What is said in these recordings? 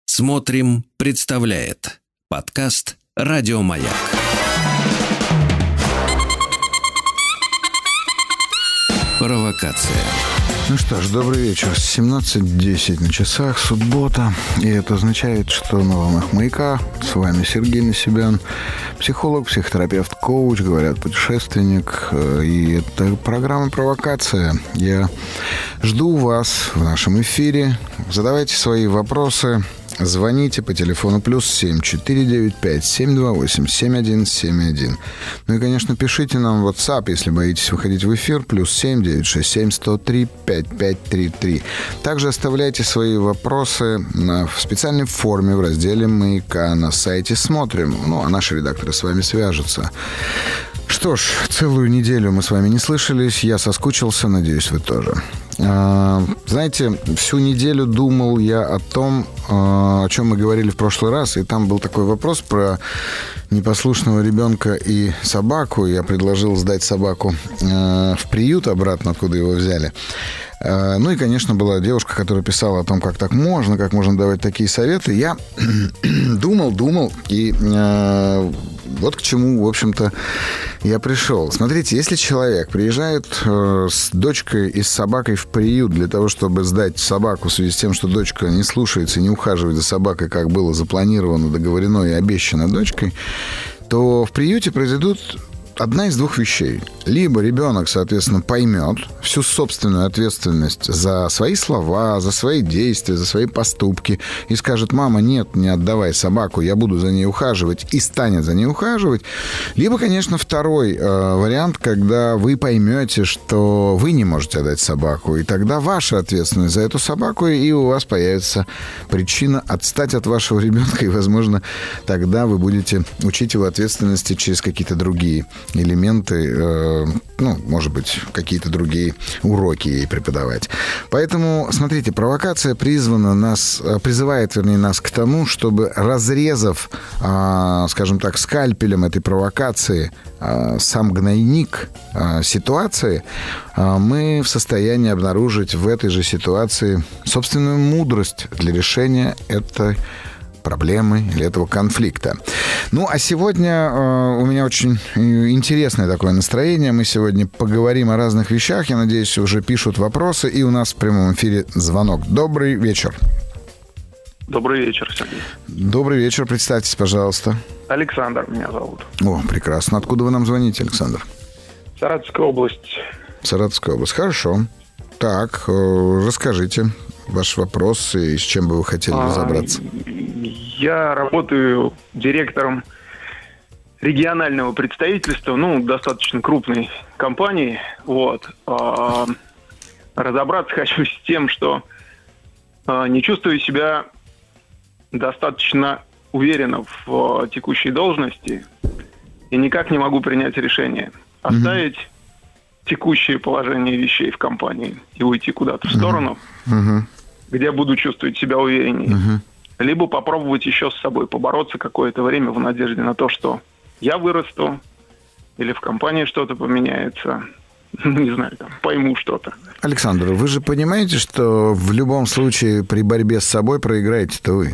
Смотрим, представляет подкаст «Радио Маяк». Провокация. Ну что ж, добрый вечер. 17:10 на часах, суббота. И это означает, что на волнах Маяка с вами Сергей Насибян, психолог, психотерапевт, коуч, говорят, путешественник. И это программа «Провокация». Я жду вас в нашем эфире. Задавайте свои вопросы. Звоните по телефону +7 495 728 7171. Ну и, конечно, пишите нам в WhatsApp, если боитесь выходить в эфир, +7 967 103 5533. Также оставляйте свои вопросы в специальной форме в разделе «Маяка» на сайте «Смотрим». Ну, а наши редакторы с вами свяжутся. Что ж, целую неделю мы с вами не слышались. Я соскучился, надеюсь, вы тоже. Знаете, всю неделю думал я о том, о чем мы говорили в прошлый раз. И там был такой вопрос про непослушного ребенка и собаку. Я предложил сдать собаку в приют обратно, откуда его взяли. Ну и, конечно, была девушка, которая писала о том, как так можно, как можно давать такие советы. Я думал, и вот к чему, в общем-то, я пришел. Смотрите, если человек приезжает с дочкой и с собакой в приют для того, чтобы сдать собаку в связи с тем, что дочка не слушается и не ухаживает за собакой, как было запланировано, договорено и обещано дочкой, то в приюте произойдут одна из двух вещей. Либо ребенок, соответственно, поймет всю собственную ответственность за свои слова, за свои действия, за свои поступки и скажет: мама, нет, не отдавай собаку, я буду за ней ухаживать, и станет за ней ухаживать. Либо, конечно, второй вариант, когда вы поймете, что вы не можете отдать собаку, и тогда ваша ответственность за эту собаку, и у вас появится причина отстать от вашего ребенка, и, возможно, тогда вы будете учить его ответственности через какие-то другие элементы, может быть, какие-то другие уроки ей преподавать. Поэтому, смотрите, провокация призывает нас к тому, чтобы, разрезав, скажем так, скальпелем этой провокации сам гнойник ситуации, мы в состоянии обнаружить в этой же ситуации собственную мудрость для решения этой проблемы или этого конфликта. Ну, а сегодня у меня очень интересное такое настроение. Мы сегодня поговорим о разных вещах. Я надеюсь, уже пишут вопросы. И у нас в прямом эфире звонок. Добрый вечер. Добрый вечер, Сергей. Добрый вечер. Представьтесь, пожалуйста. Александр меня зовут. О, прекрасно. Откуда вы нам звоните, Александр? Саратовская область. Саратовская область. Хорошо. Так, расскажите ваш вопрос и с чем бы вы хотели разобраться. Я работаю директором регионального представительства, достаточно крупной компании. Разобраться хочу с тем, что не чувствую себя достаточно уверенно в текущей должности и никак не могу принять решение оставить текущее положение вещей в компании и уйти куда-то в сторону, где буду чувствовать себя увереннее. Либо попробовать еще с собой побороться какое-то время в надежде на то, что я вырасту, или в компании что-то поменяется. Не знаю, пойму что-то. Александр, вы же понимаете, что в любом случае при борьбе с собой проиграете-то вы?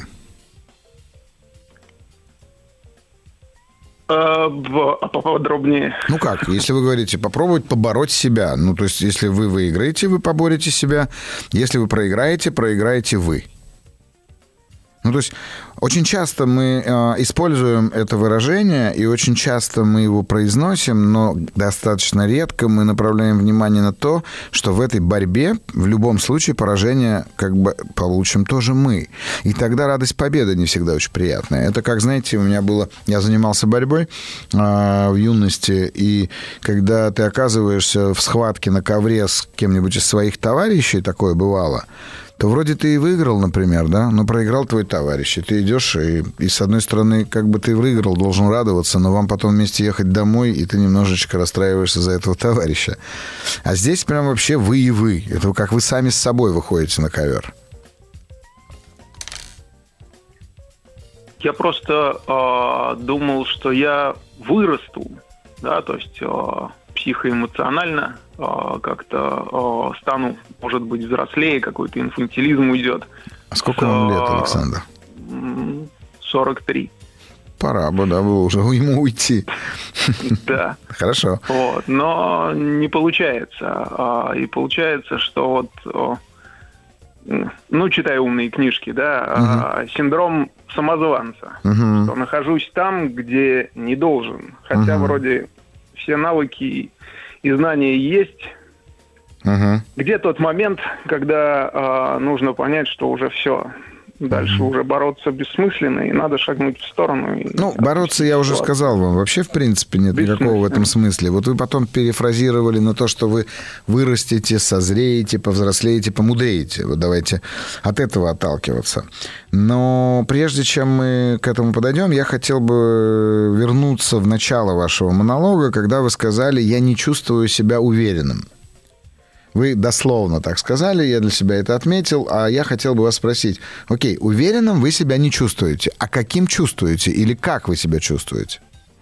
Поподробнее. Ну как, если вы говорите попробовать побороть себя, то есть если вы выиграете, вы поборете себя, если вы проиграете вы. То есть очень часто мы используем это выражение, и очень часто мы его произносим, но достаточно редко мы направляем внимание на то, что в этой борьбе в любом случае поражение получим тоже мы. И тогда радость победы не всегда очень приятная. Это как, знаете, я занимался борьбой в юности, и когда ты оказываешься в схватке на ковре с кем-нибудь из своих товарищей, такое бывало, то вроде ты и выиграл, например, да, но проиграл твой товарищ. И ты идешь, и с одной стороны, как бы ты выиграл, должен радоваться, но вам потом вместе ехать домой, и ты немножечко расстраиваешься за этого товарища. А здесь прям вообще вы и вы. Это как вы сами с собой выходите на ковер. Я просто думал, что я вырасту, да, то есть психоэмоционально как-то стану, может быть, взрослее, какой-то инфантилизм уйдет. А сколько вам лет, Александр? 43. Пора бы, да, было уже ему уйти. Да. Хорошо. Вот. Но не получается. И получается, что вот, читаю умные книжки, да, синдром самозванца. Что нахожусь там, где не должен. Хотя вроде все навыки и знания есть. Где тот момент, когда нужно понять, что уже все, дальше уже бороться бессмысленно, и надо шагнуть в сторону. Бороться я уже сказал вам. Вообще, в принципе, нет никакого в этом смысла. Вот вы потом перефразировали на то, что вы вырастете, созреете, повзрослеете, помудреете. Вот давайте от этого отталкиваться. Но прежде чем мы к этому подойдем, я хотел бы вернуться в начало вашего монолога, когда вы сказали «я не чувствую себя уверенным». Вы дословно так сказали, я для себя это отметил, а я хотел бы вас спросить, окей, уверенным вы себя не чувствуете, а каким чувствуете или как вы себя чувствуете?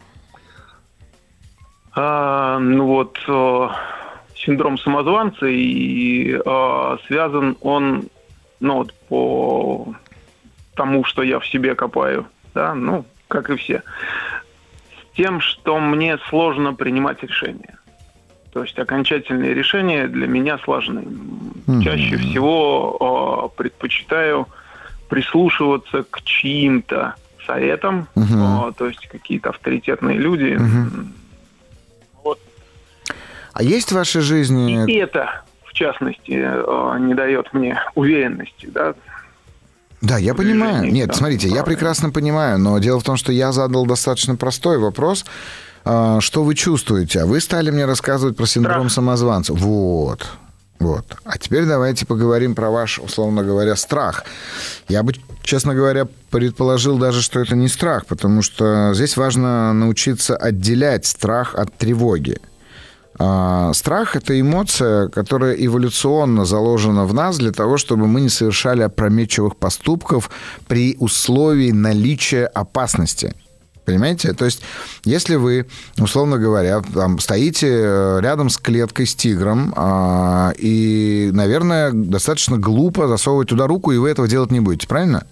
Синдром самозванца, и связан он, по тому, что я в себе копаю, да, как и все, с тем, что мне сложно принимать решения. То есть окончательные решения для меня сложны. Чаще всего предпочитаю прислушиваться к чьим-то советам, то есть какие-то авторитетные люди. Вот. А есть в вашей жизни... И это, в частности, не дает мне уверенности, да? Да, я понимаю. Нет, смотрите, я прекрасно понимаю, но дело в том, что я задал достаточно простой вопрос. Что вы чувствуете? А вы стали мне рассказывать про синдром самозванца. Вот. А теперь давайте поговорим про ваш, условно говоря, страх. Я бы, честно говоря, предположил даже, что это не страх, потому что здесь важно научиться отделять страх от тревоги. Страх – это эмоция, которая эволюционно заложена в нас для того, чтобы мы не совершали опрометчивых поступков при условии наличия опасности. Понимаете? То есть, если вы, условно говоря, там, стоите рядом с клеткой с тигром, и, наверное, достаточно глупо засовывать туда руку, и вы этого делать не будете, правильно?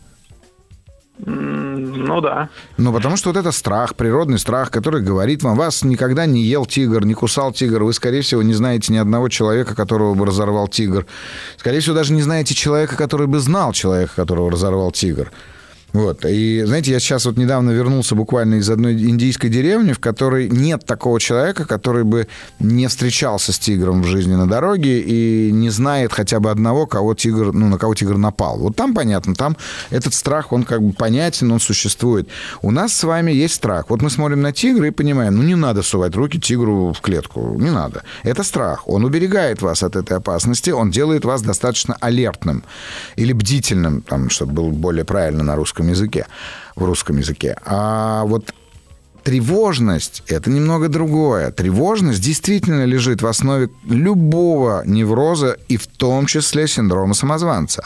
Да. Потому что вот это страх, природный страх, который говорит вам, вас никогда не ел тигр, не кусал тигр, вы, скорее всего, не знаете ни одного человека, которого бы разорвал тигр. Скорее всего, даже не знаете человека, который бы знал человека, которого разорвал тигр. Вот. И, знаете, я сейчас вот недавно вернулся буквально из одной индийской деревни, в которой нет такого человека, который бы не встречался с тигром в жизни на дороге и не знает хотя бы одного, на кого тигр напал. Вот там понятно, там этот страх, он как бы понятен, он существует. У нас с вами есть страх. Вот мы смотрим на тигра и понимаем, не надо сувать руки тигру в клетку, не надо. Это страх. Он уберегает вас от этой опасности, он делает вас достаточно алертным или бдительным, там, чтобы было более правильно на русском языке, в русском языке. А вот тревожность – это немного другое. Тревожность действительно лежит в основе любого невроза, и в том числе синдрома самозванца.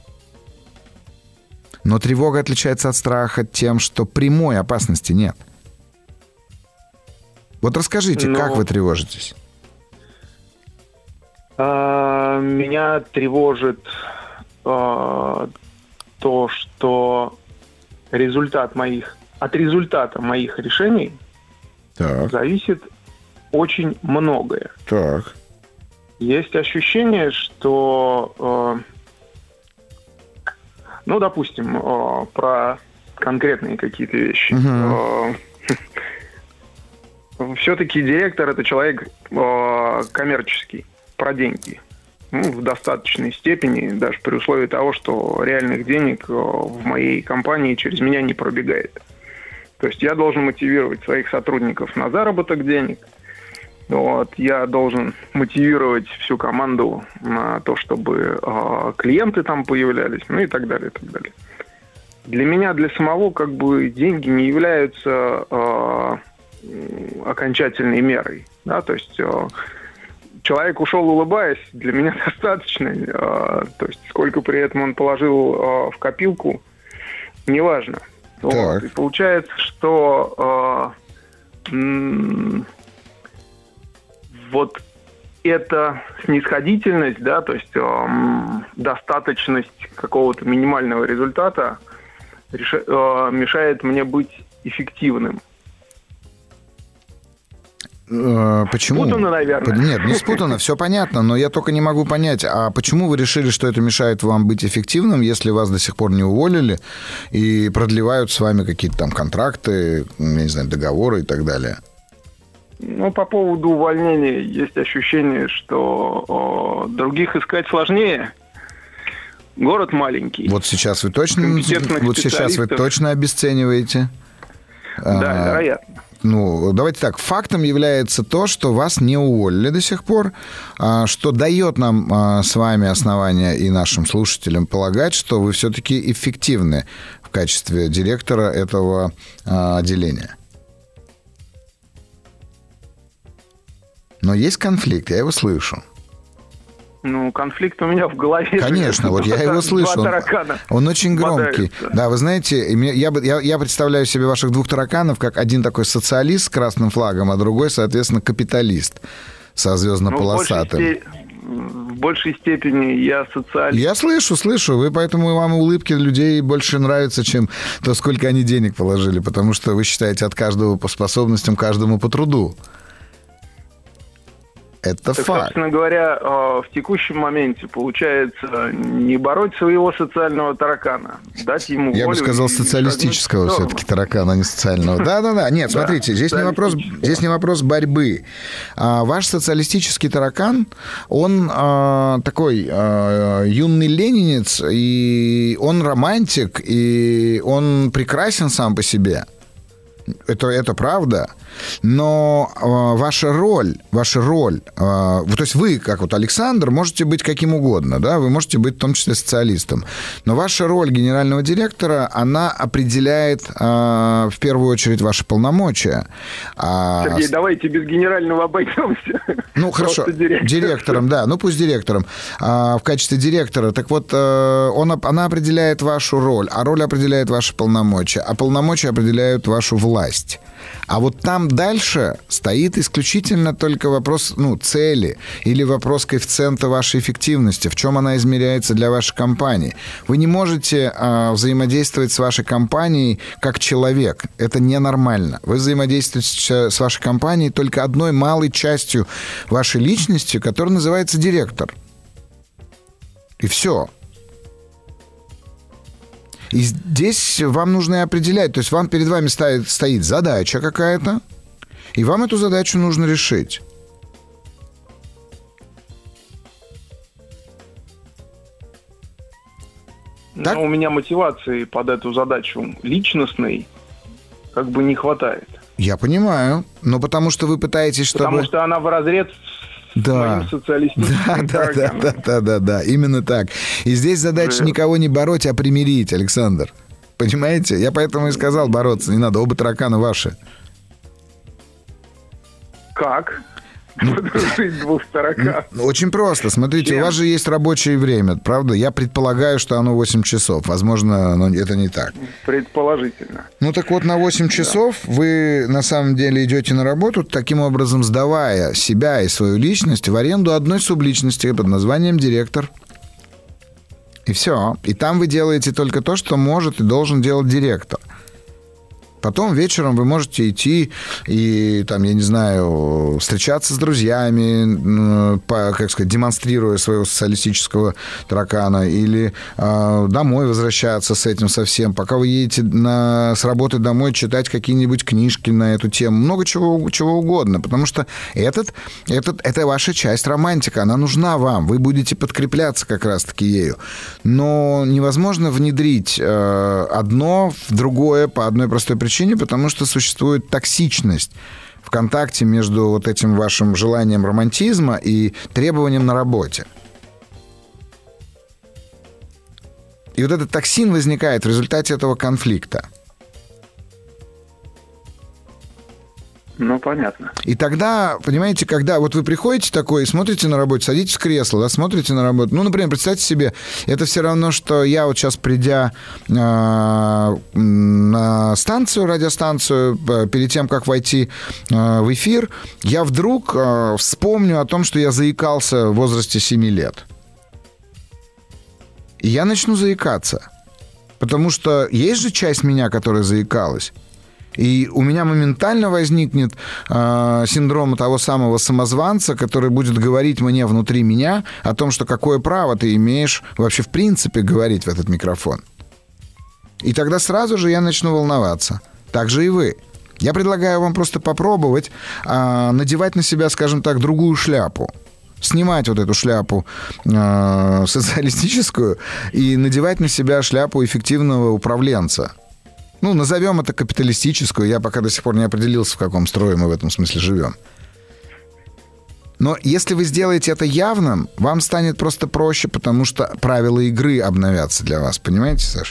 Но тревога отличается от страха тем, что прямой опасности нет. Вот расскажите, как вы тревожитесь? Меня тревожит то, что от результата моих решений зависит очень многое. Так. Есть ощущение, что, допустим, про конкретные какие-то вещи. Все-таки директор – это человек коммерческий, про деньги. В достаточной степени, даже при условии того, что реальных денег в моей компании через меня не пробегает. То есть я должен мотивировать своих сотрудников на заработок денег. Я должен мотивировать всю команду на то, чтобы клиенты там появлялись, и так далее, и так далее. Для меня, для самого, деньги не являются окончательной мерой. Да? То есть человек ушел, улыбаясь, для меня достаточно. То есть сколько при этом он положил в копилку, неважно. И получается, что вот эта снисходительность, да, то есть достаточность какого-то минимального результата, мешает мне быть эффективным. Почему? Спутано, наверное. Нет, не спутано, все понятно, но я только не могу понять, а почему вы решили, что это мешает вам быть эффективным, если вас до сих пор не уволили и продлевают с вами какие-то там контракты, я не знаю, договоры и так далее? Ну, по поводу увольнения есть ощущение, что других искать сложнее. Город маленький. Вот сейчас вы точно обесцениваете? Да, вероятно. Ну, давайте так. Фактом является то, что вас не уволили до сих пор, что дает нам с вами основания и нашим слушателям полагать, что вы все-таки эффективны в качестве директора этого отделения. Но есть конфликт, я его слышу. Ну, конфликт у меня в голове. Конечно, вот я его слышу. Он очень громкий. Да, вы знаете, я представляю себе ваших двух тараканов как один такой социалист с красным флагом, а другой, соответственно, капиталист со звездно-полосатым. В большей степени я социалист. Я слышу. Вы поэтому вам улыбки людей больше нравятся, чем то, сколько они денег положили, потому что вы считаете от каждого по способностям, каждому по труду. Это так, факт. Собственно говоря, в текущем моменте получается не бороть своего социального таракана, дать ему волю. Я бы сказал, социалистического все-таки таракана, а не социального. Да. Нет, смотрите, здесь не вопрос борьбы. Ваш социалистический таракан, он такой юный ленинец, и он романтик, и он прекрасен сам по себе. Это правда, но ваша роль, то есть вы, как вот Александр, можете быть каким угодно, да, вы можете быть в том числе социалистом, но ваша роль генерального директора, она определяет в первую очередь ваши полномочия. Сергей, давайте без генерального обойдемся. Ну, хорошо, директором, да, ну пусть директором, в качестве директора, так вот, она определяет вашу роль, а роль определяет ваши полномочия, а полномочия определяют вашу власть. А вот там дальше стоит исключительно только вопрос цели или вопрос коэффициента вашей эффективности, в чем она измеряется для вашей компании. Вы не можете взаимодействовать с вашей компанией как человек. Это ненормально. Вы взаимодействуете с вашей компанией только одной малой частью вашей личности, которая называется директор. И все. И здесь вам нужно определять, то есть перед вами стоит задача какая-то, и вам эту задачу нужно решить. Так? У меня мотивации под эту задачу личностной как бы не хватает. Я понимаю, но потому что вы пытаетесь, чтобы... Потому что она вразрез с моим социалистическим тараканом. Да, именно так. И здесь задача никого не бороть, а примирить, Александр. Понимаете? Я поэтому и сказал бороться не надо, оба таракана ваши. Как? Подружить двух тараканов. Очень просто. Смотрите, у вас же есть рабочее время, правда? Я предполагаю, что оно 8 часов. Возможно, это не так. Предположительно. Ну так вот, на 8 часов вы на самом деле идете на работу, таким образом сдавая себя и свою личность в аренду одной субличности под названием директор. И все. И там вы делаете только то, что может и должен делать директор. Потом вечером вы можете идти и, там, я не знаю, встречаться с друзьями, демонстрируя своего социалистического таракана, или домой возвращаться с этим совсем. Пока вы едете с работы домой, читать какие-нибудь книжки на эту тему. Много чего угодно. Потому что это ваша часть романтика. Она нужна вам. Вы будете подкрепляться как раз-таки ею. Но невозможно внедрить одно в другое по одной простой причине, потому что существует токсичность в контакте между вот этим вашим желанием романтизма и требованием на работе. И вот этот токсин возникает в результате этого конфликта. Ну, понятно. И тогда, понимаете, когда вот вы приходите такой и смотрите на работу, садитесь в кресло, да, смотрите на работу. Ну, например, представьте себе, это все равно, что я вот сейчас, придя на станцию, радиостанцию, перед тем, как войти в эфир, я вдруг вспомню о том, что я заикался в возрасте 7 лет. И я начну заикаться. Потому что есть же часть меня, которая заикалась. И у меня моментально возникнет синдром того самого самозванца, который будет говорить мне внутри меня о том, что какое право ты имеешь вообще в принципе говорить в этот микрофон. И тогда сразу же я начну волноваться. Так же и вы. Я предлагаю вам просто попробовать надевать на себя, скажем так, другую шляпу. Снимать вот эту шляпу социалистическую и надевать на себя шляпу эффективного управленца. Ну, назовем это капиталистическую. Я пока до сих пор не определился, в каком строе мы в этом смысле живем. Но если вы сделаете это явным, вам станет просто проще, потому что правила игры обновятся для вас. Понимаете, Саш?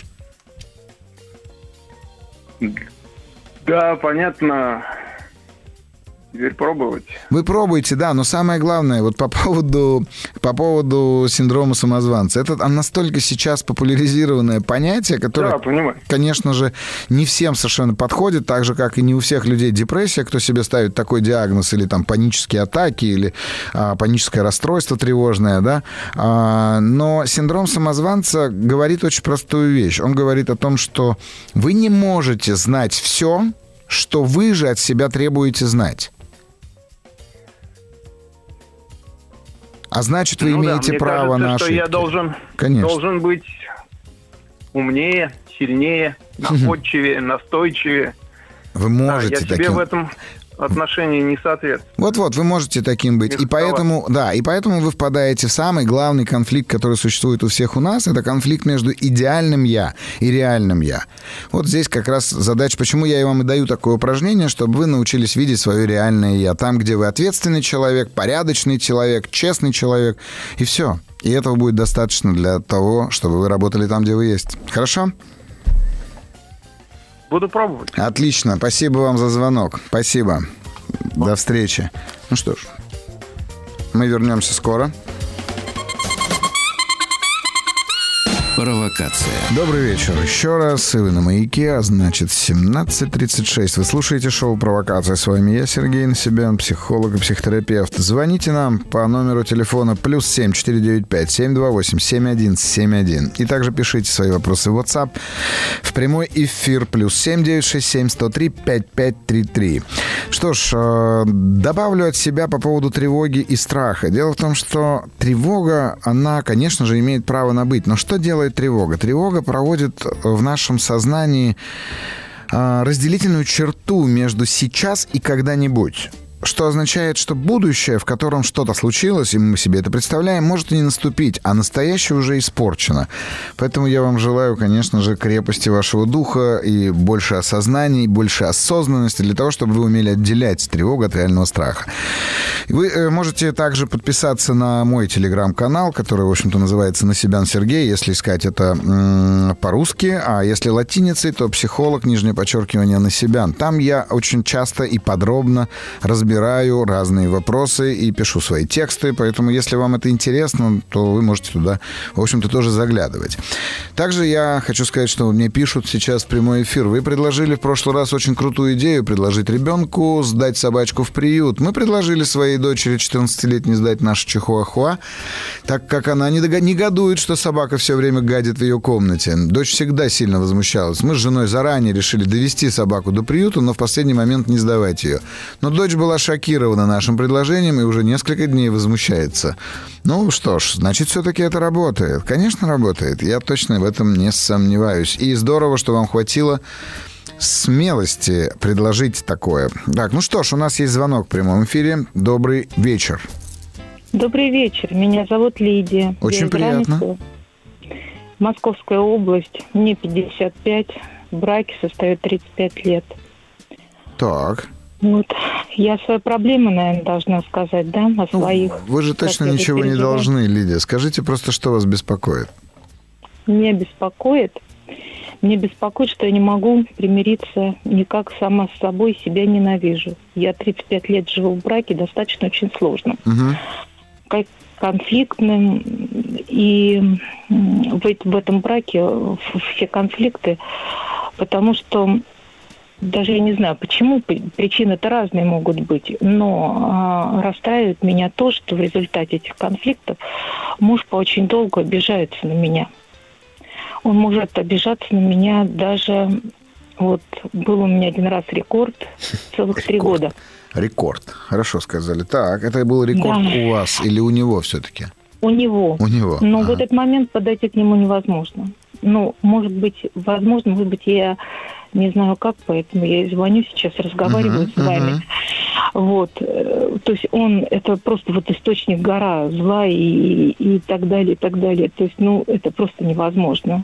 Да, понятно. Теперь пробовать. Вы пробуете, да, но самое главное, вот по поводу синдрома самозванца. Это настолько сейчас популяризированное понятие, которое, да, понимаю, конечно же, не всем совершенно подходит, так же, как и не у всех людей депрессия, кто себе ставит такой диагноз, или там панические атаки, или паническое расстройство тревожное, да. Но синдром самозванца говорит очень простую вещь. Он говорит о том, что вы не можете знать все, что вы же от себя требуете знать. А значит, вы имеете право на ошибки. Мне кажется, что я должен быть умнее, сильнее, находчивее, настойчивее. Вы можете я себе в этом отношении не соответствую. Вот-вот, вы можете таким быть. И поэтому вы впадаете в самый главный конфликт, который существует у всех у нас. Это конфликт между идеальным «я» и реальным «я». Вот здесь как раз задача, почему я вам и даю такое упражнение, чтобы вы научились видеть свое реальное «я». Там, где вы ответственный человек, порядочный человек, честный человек, и все. И этого будет достаточно для того, чтобы вы работали там, где вы есть. Хорошо? Буду пробовать. Отлично. Спасибо вам за звонок. Спасибо. До встречи. Ну что ж, мы вернемся скоро. Провокация. Добрый вечер еще раз. И вы на «Маяке», а значит 17:36. Вы слушаете шоу «Провокация». С вами я, Сергей Насибян, психолог и психотерапевт. Звоните нам по номеру телефона +7 495 728 7171. И также пишите свои вопросы в WhatsApp в прямой эфир +7 967 103 5533. Что ж, добавлю от себя по поводу тревоги и страха. Дело в том, что тревога, она, конечно же, имеет право на быть. Но что делает тревога? Тревога проводит в нашем сознании разделительную черту между сейчас и когда-нибудь. Что означает, что будущее, в котором что-то случилось, и мы себе это представляем, может и не наступить, а настоящее уже испорчено. Поэтому я вам желаю, конечно же, крепости вашего духа и больше осознаний, больше осознанности для того, чтобы вы умели отделять тревогу от реального страха. Вы можете также подписаться на мой телеграм-канал, который, в общем-то, называется «Насибян Сергей», если искать это по-русски, а если латиницей, то «Психолог», _, Насибян. Там я очень часто и подробно разбираю разные вопросы и пишу свои тексты, поэтому если вам это интересно, то вы можете туда, в общем-то, тоже заглядывать. Также я хочу сказать, что мне пишут сейчас в прямой эфир. Вы предложили в прошлый раз очень крутую идею предложить ребенку сдать собачку в приют. Мы предложили своей дочери 14-летней сдать нашу чихуахуа, так как она негодует, что собака все время гадит в ее комнате. Дочь всегда сильно возмущалась. Мы с женой заранее решили довести собаку до приюта, но в последний момент не сдавать ее. Но дочь была шокирована нашим предложением и уже несколько дней возмущается. Ну что ж, значит, все-таки это работает. Конечно, работает. Я точно в этом не сомневаюсь. И здорово, что вам хватило смелости предложить такое. Так, ну что ж, у нас есть звонок в прямом эфире. Добрый вечер. Добрый вечер. Меня зовут Лидия. Очень приятно. Московская область. Мне 55. В браке состою 35 лет. Так. Вот. Я свои проблемы, наверное, должна сказать, да, о своих. Вы же точно ничего не должны, Лидия. Скажите просто, что вас беспокоит. Меня беспокоит, что я не могу примириться никак сама с собой, себя ненавижу. Я 35 лет живу в браке, достаточно очень сложным. Как конфликтным. И в этом браке все конфликты, потому что даже я не знаю, почему, причины-то разные могут быть, но расстраивает меня то, что в результате этих конфликтов муж по очень долгу обижается на меня. Он может обижаться на меня даже... Вот был у меня один раз рекорд, целых 3 года. Рекорд. Хорошо сказали. Так, это был рекорд у вас или у него все-таки? У него. У него. Но в этот момент подойти к нему невозможно. Ну, может быть, возможно, может быть, я не знаю как, поэтому я и звоню сейчас, разговариваю с вами. Вот. То есть он, это просто вот источник, гора зла и так далее, и так далее. То есть, ну, это просто невозможно.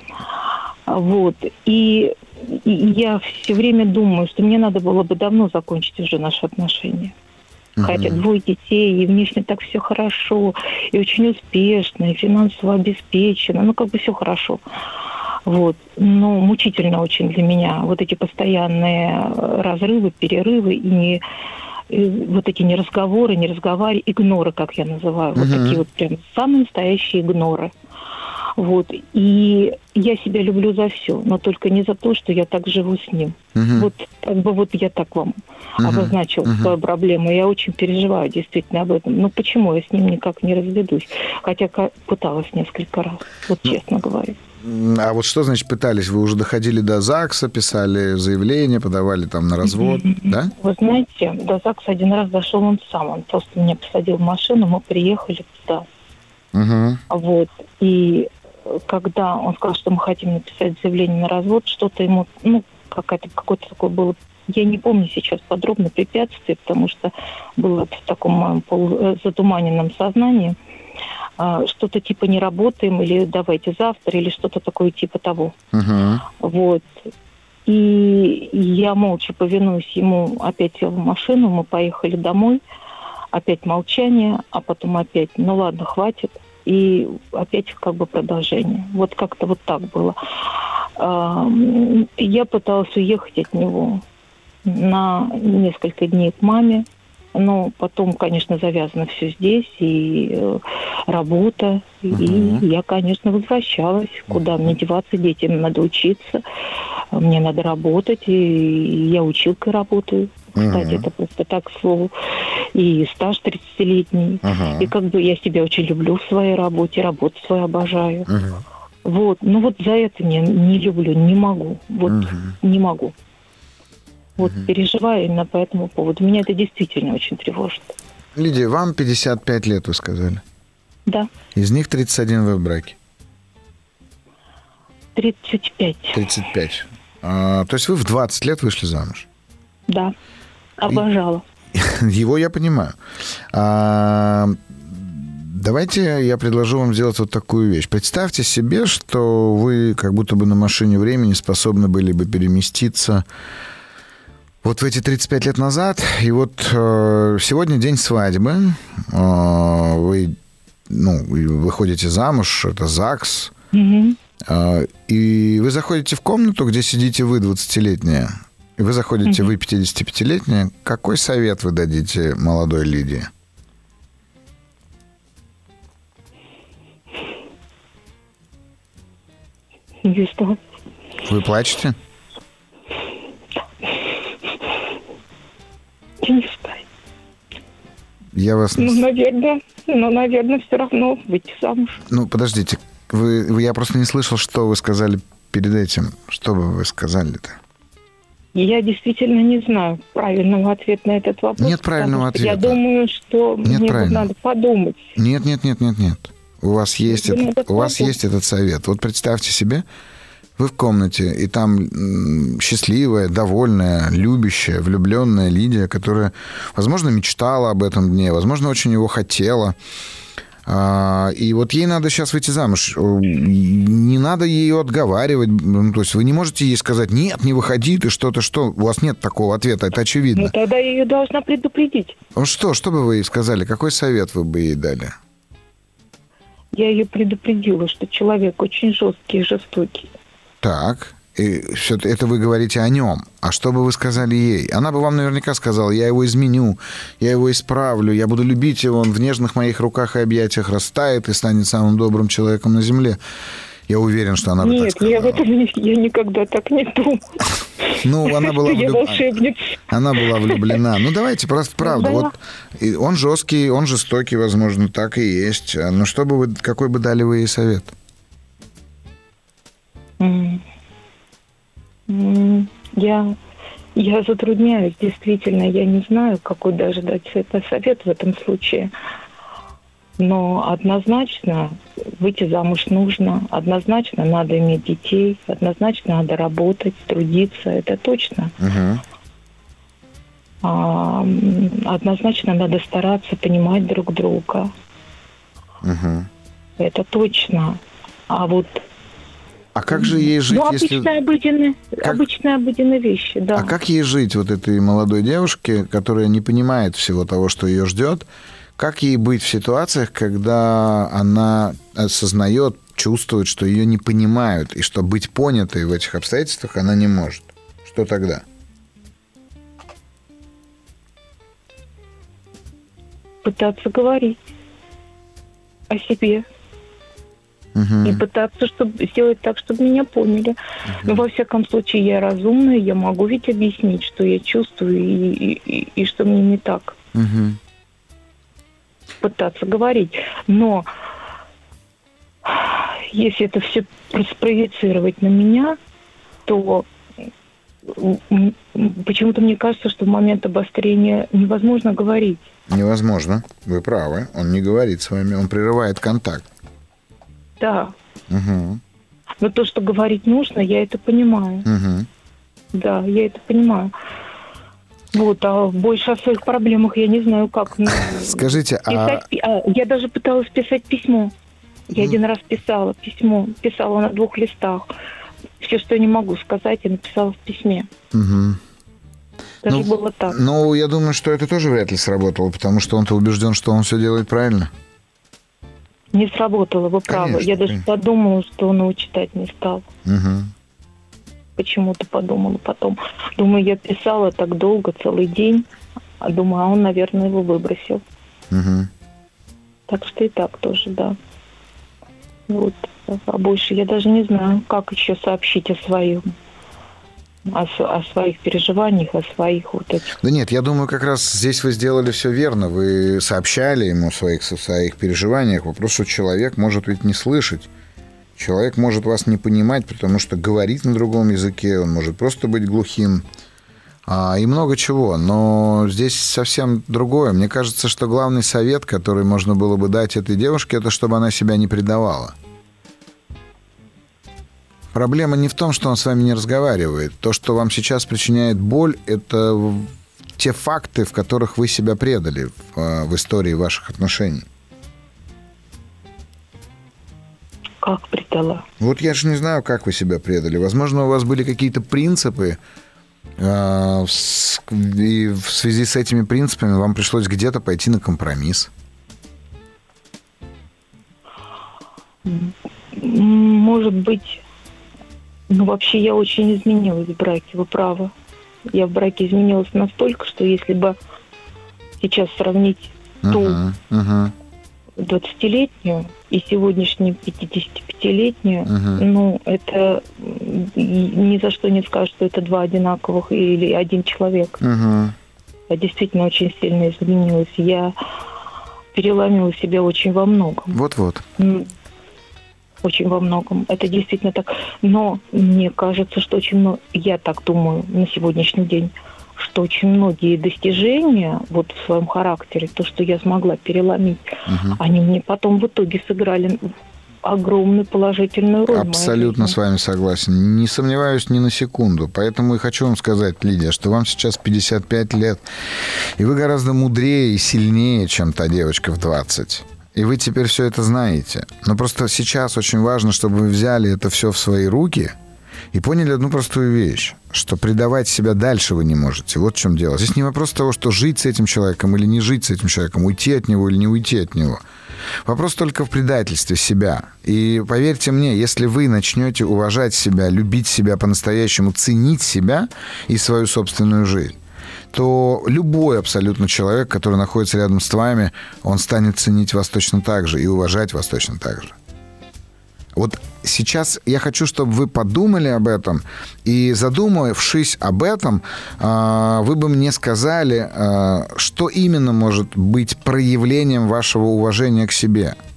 Вот. И я все время думаю, что мне надо было бы давно закончить уже наши отношения. Хотя 2 детей, и внешне так все хорошо, и очень успешно, и финансово обеспечено, ну, как бы все хорошо. Вот. Но мучительно очень для меня вот эти постоянные разрывы, перерывы, и вот эти неразговоры, игноры, как я называю. Вот такие вот прям самые настоящие игноры. Вот. И я себя люблю за все, но только не за то, что я так живу с ним. Вот как бы вот я так вам обозначила свою проблему. Я очень переживаю действительно об этом. Но почему я с ним никак не разведусь? Хотя пыталась несколько раз, вот честно говоря. А вот что значит пытались? Вы уже доходили до ЗАГСа, писали заявление, подавали там на развод, да? Вы знаете, до ЗАГСа один раз дошел он сам. Он просто меня посадил в машину, мы приехали туда. Вот. И когда он сказал, что мы хотим написать заявление на развод, что-то ему, ну, какое-то такое было, я не помню сейчас подробно препятствие, потому что было в таком моем полузатуманенном сознании, что-то типа не работаем, или давайте завтра, или что-то такое типа того. Вот. И я молча, повинуясь ему, опять села в машину, мы поехали домой, опять молчание, а потом опять, ну ладно, хватит. И опять как бы продолжение. Вот как-то вот так было. Я пыталась уехать от него на несколько дней к маме. Но потом, конечно, завязано все здесь. И работа. И я, конечно, возвращалась. Куда мне деваться? Детям надо учиться. Мне надо работать. И я училкой работаю. Кстати, это просто так, к слову. И стаж 30-летний. И как бы я себя очень люблю в своей работе, работу свою обожаю. Вот. Ну вот за это не люблю, не могу. Вот не могу. Вот переживаю именно по этому поводу. Меня это действительно очень тревожит. Лидия, вам 55 лет, вы сказали? Да. Из них 31 вы в браке? 35. 35. То есть вы в 20 лет вышли замуж? Да. Обожала. Его я понимаю. Давайте я предложу вам сделать вот такую вещь. Представьте себе, что вы как будто бы на машине времени способны были бы переместиться вот в эти 35 лет назад. И вот сегодня день свадьбы. Вы выходите замуж, это ЗАГС. И вы заходите в комнату, где сидите вы, 20-летняя. И вы заходите, вы 55-летняя. Какой совет вы дадите молодой Лидии? Не знаю. Вы плачете? Я не знаю. Я вас... наверное, все равно выйти замуж. Ну, подождите. Я просто не слышал, что вы сказали перед этим. Что бы вы сказали-то? Я действительно не знаю правильного ответа на этот вопрос. Нет правильного ответа. Я думаю, что мне надо подумать. Нет. У вас есть этот совет. Вот представьте себе, вы в комнате, и там счастливая, довольная, любящая, влюбленная Лидия, которая, возможно, мечтала об этом дне, возможно, очень его хотела. И вот ей надо сейчас выйти замуж. Не надо ее отговаривать. То есть вы не можете ей сказать: нет, не выходи, ты что-то, что. У вас нет такого ответа, это очевидно. Ну, тогда я ее должна предупредить. Ну что бы вы ей сказали? Какой совет вы бы ей дали? Я ее предупредила, что человек очень жесткий и жестокий. Так, и все это вы говорите о нем. А что бы вы сказали ей? Она бы вам наверняка сказала: я его изменю, я его исправлю, я буду любить его, он в нежных моих руках и объятиях растает и станет самым добрым человеком на земле. Я уверен, что она бы так сказала. Нет, я никогда так не думала. Ну, она была волшебница. Она была влюблена. Ну, давайте, просто правда. Вот он жесткий, он жестокий, возможно, так и есть. Но какой бы дали вы ей совет? Я затрудняюсь, действительно, я не знаю, какой даже дать совет в этом случае. Но однозначно выйти замуж нужно, однозначно надо иметь детей, однозначно надо работать, трудиться, это точно. Однозначно надо стараться понимать друг друга. Это точно. А как же ей жить, обычные обыденные вещи, да. А как ей жить, вот этой молодой девушке, которая не понимает всего того, что ее ждет? Как ей быть в ситуациях, когда она осознает, чувствует, что ее не понимают, и что быть понятой в этих обстоятельствах она не может? Что тогда? Пытаться говорить о себе. И пытаться сделать так, чтобы меня поняли. Но, во всяком случае, я разумная, я могу ведь объяснить, что я чувствую и что мне не так. Пытаться говорить. Но если это все спроецировать на меня, то почему-то мне кажется, что в момент обострения невозможно говорить. Невозможно. Вы правы. Он не говорит с вами, он прерывает контакт. Да. Но то, что говорить нужно, я это понимаю. Да, я это понимаю. А больше о своих проблемах я не знаю, как. Скажите, я даже пыталась писать письмо. Я один раз писала письмо. Писала на 2 листах. Все, что я не могу сказать, я написала в письме. Даже было так. Я думаю, что это тоже вряд ли сработало, потому что он-то убежден, что он все делает правильно. Не сработало, вы правы. Я даже подумала, что он его читать не стал. Почему-то подумала потом. Думаю, я писала так долго, целый день. Думаю, он, наверное, его выбросил. Так что и так тоже, да. А больше я даже не знаю, как еще сообщить о своих переживаниях, о своих этих... Да нет, я думаю, как раз здесь вы сделали все верно. Вы сообщали ему о своих переживаниях. Вопрос, что человек может ведь не слышать. Человек может вас не понимать, потому что говорит на другом языке, он может просто быть глухим. И много чего. Но здесь совсем другое. Мне кажется, что главный совет, который можно было бы дать этой девушке, это чтобы она себя не предавала. Проблема не в том, что он с вами не разговаривает. То, что вам сейчас причиняет боль, это те факты, в которых вы себя предали в истории ваших отношений. Как предала? Я же не знаю, как вы себя предали. Возможно, у вас были какие-то принципы, и в связи с этими принципами вам пришлось где-то пойти на компромисс. Может быть... вообще я очень изменилась в браке, вы правы. Я в браке изменилась настолько, что если бы сейчас сравнить ту 20-летнюю и сегодняшнюю 55-летнюю, это ни за что не скажешь, что это 2 одинаковых или один человек. Я действительно очень сильно изменилась. Я переломила себя очень во многом. Вот-вот. Очень во многом. Это действительно так. Но мне кажется, что очень много... Я так думаю на сегодняшний день, что очень многие достижения в своем характере, то, что я смогла переломить, они мне потом в итоге сыграли огромную положительную роль. Абсолютно с вами согласен. Не сомневаюсь ни на секунду. Поэтому и хочу вам сказать, Лидия, что вам сейчас 55 лет, и вы гораздо мудрее и сильнее, чем та девочка в 20. И вы теперь все это знаете. Но просто сейчас очень важно, чтобы вы взяли это все в свои руки и поняли одну простую вещь, что предавать себя дальше вы не можете. Вот в чем дело. Здесь не вопрос того, что жить с этим человеком или не жить с этим человеком, уйти от него или не уйти от него. Вопрос только в предательстве себя. И поверьте мне, если вы начнете уважать себя, любить себя по-настоящему, ценить себя и свою собственную жизнь, то любой абсолютно человек, который находится рядом с вами, он станет ценить вас точно так же и уважать вас точно так же. Вот сейчас я хочу, чтобы вы подумали об этом, и задумавшись об этом, вы бы мне сказали, что именно может быть проявлением вашего уважения к себе.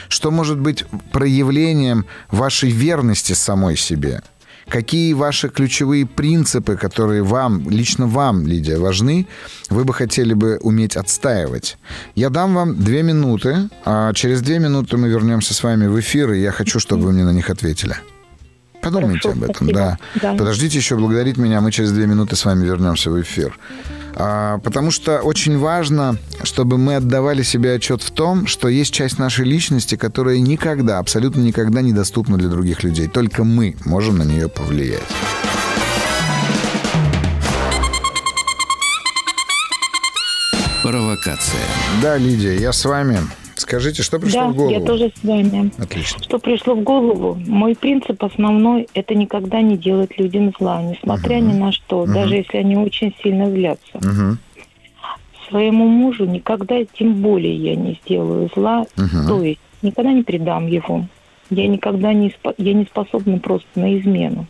Что может быть проявлением вашей верности самой себе? Какие ваши ключевые принципы, которые вам, лично вам, Лидия, важны, вы бы хотели бы уметь отстаивать? Я дам вам 2 минуты, а через 2 минуты мы вернемся с вами в эфир, и я хочу, чтобы вы мне на них ответили. Подумайте об этом, да. Подождите еще благодарить меня, мы через 2 минуты с вами вернемся в эфир. Потому что очень важно, чтобы мы отдавали себе отчет в том, что есть часть нашей личности, которая никогда, абсолютно никогда не доступна для других людей. Только мы можем на нее повлиять. Провокация. Да, Лидия, я с вами. Скажите, что пришло в голову? Да, я тоже с вами. Отлично. Что пришло в голову? Мой принцип основной – это никогда не делать людям зла, несмотря ни на что, даже если они очень сильно злятся. Своему мужу никогда, тем более, я не сделаю зла, то есть никогда не предам его. Я никогда не способна просто на измену.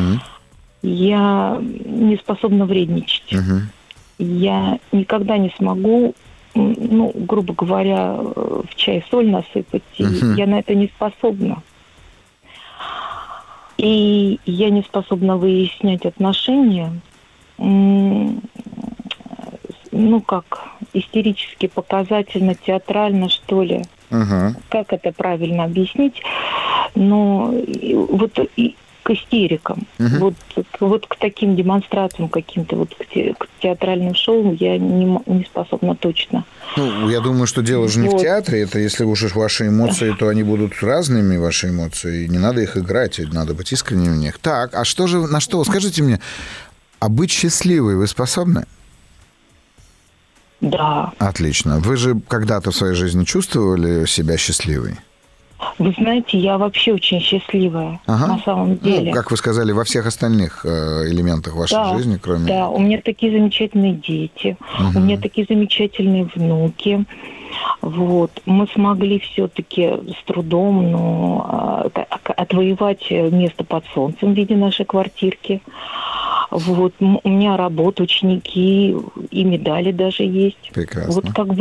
Я не способна вредничать. Я никогда не смогу, грубо говоря, в чай соль насыпать. И я на это не способна. И я не способна выяснять отношения, истерически, показательно, театрально, что ли. Как это правильно объяснить? Но вот к истерикам, вот к таким демонстрациям каким-то, к театральным шоу я не способна точно. Я думаю, что дело же не в театре. Это если уж ваши эмоции, то они будут разными, ваши эмоции. И не надо их играть, надо быть искренним в них. Так, а что же, на что? Скажите мне, а быть счастливой вы способны? Да. Отлично. Вы же когда-то в своей жизни чувствовали себя счастливой? Вы знаете, я вообще очень счастливая, на самом деле. Как вы сказали, во всех остальных элементах вашей жизни, кроме... Да, у меня такие замечательные дети, у меня такие замечательные внуки. Мы смогли все-таки с трудом отвоевать место под солнцем в виде нашей квартирки. У меня работа, ученики, и медали даже есть. Прекрасно.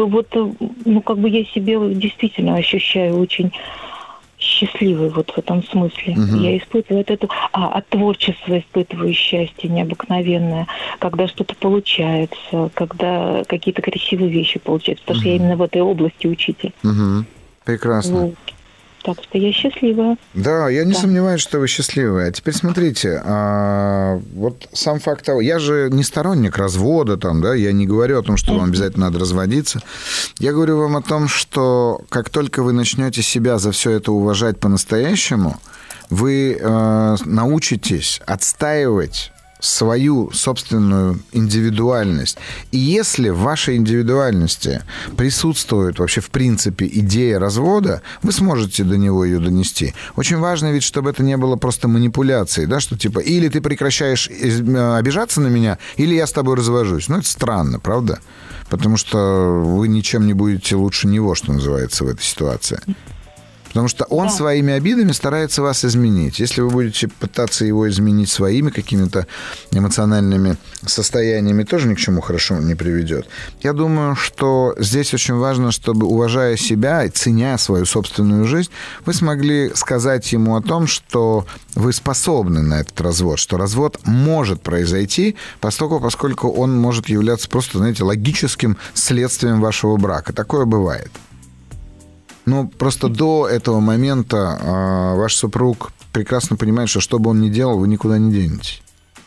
Я себя действительно ощущаю очень счастливой в этом смысле. Я испытываю от творчества испытываю счастье необыкновенное, когда что-то получается, когда какие-то красивые вещи получаются, потому что я именно в этой области учитель. Прекрасно. Так что я счастливая. Да, я не сомневаюсь, что вы счастливая. А теперь смотрите, сам факт того... Я же не сторонник развода, я не говорю о том, что вам обязательно надо разводиться. Я говорю вам о том, что как только вы начнете себя за все это уважать по-настоящему, вы научитесь отстаивать свою собственную индивидуальность. И если в вашей индивидуальности присутствует вообще в принципе идея развода, вы сможете до него ее донести. Очень важно ведь, чтобы это не было просто манипуляцией, что или ты прекращаешь обижаться на меня, или я с тобой развожусь. Это странно, правда? Потому что вы ничем не будете лучше него, что называется, в этой ситуации. Потому что он своими обидами старается вас изменить. Если вы будете пытаться его изменить своими какими-то эмоциональными состояниями, тоже ни к чему хорошему не приведет. Я думаю, что здесь очень важно, чтобы, уважая себя и ценя свою собственную жизнь, вы смогли сказать ему о том, что вы способны на этот развод, что развод может произойти, поскольку он может являться просто, логическим следствием вашего брака. Такое бывает. Просто до этого момента ваш супруг прекрасно понимает, что бы он ни делал, вы никуда не денетесь.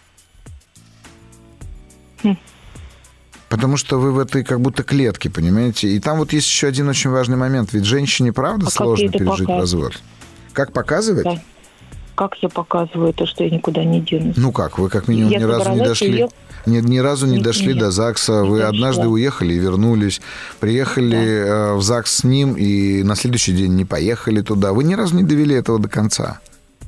Потому что вы в этой как будто клетке, понимаете? И там есть еще один очень важный момент. Ведь женщине, правда, сложно пережить развод? Как показывать? Да. Как я показываю то, что я никуда не денусь? Вы как минимум ни разу не дошли. Ни разу не дошли до ЗАГСа. Вы однажды уехали и вернулись. Приехали в ЗАГС с ним, и на следующий день не поехали туда. Вы ни разу не довели этого до конца.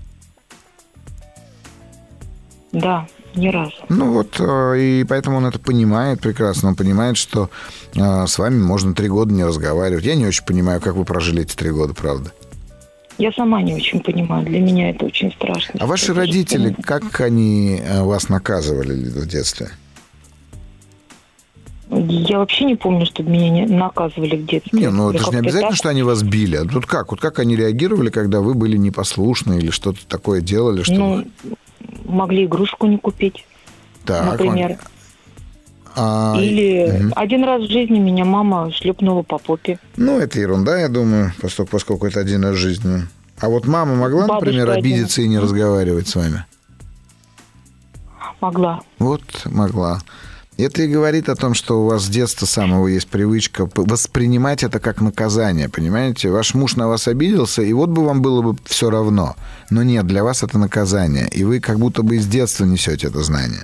Да, ни разу. И поэтому он это понимает прекрасно. Он понимает, что с вами можно 3 года не разговаривать. Я не очень понимаю, как вы прожили эти 3 года, правда. Я сама не очень понимаю. Для меня это очень страшно. А ваши родители, как они вас наказывали в детстве? Я вообще не помню, чтобы меня наказывали в детстве. Не, ну это же не обязательно, что они вас били. А тут как? Вот как они реагировали, когда вы были непослушны или что-то такое делали? Чтобы... Ну, могли игрушку не купить, так, например. Или один раз в жизни меня мама шлепнула по попе. Ну, это ерунда, я думаю, поскольку это один раз в жизни. А вот мама могла, например, обидеться и не разговаривать с вами? Могла. Вот могла. Это и говорит о том, что у вас с детства самого есть привычка воспринимать это как наказание, понимаете? Ваш муж на вас обиделся, и вот бы вам было бы все равно. Но нет, для вас это наказание. И вы как будто бы с детства несете это знание.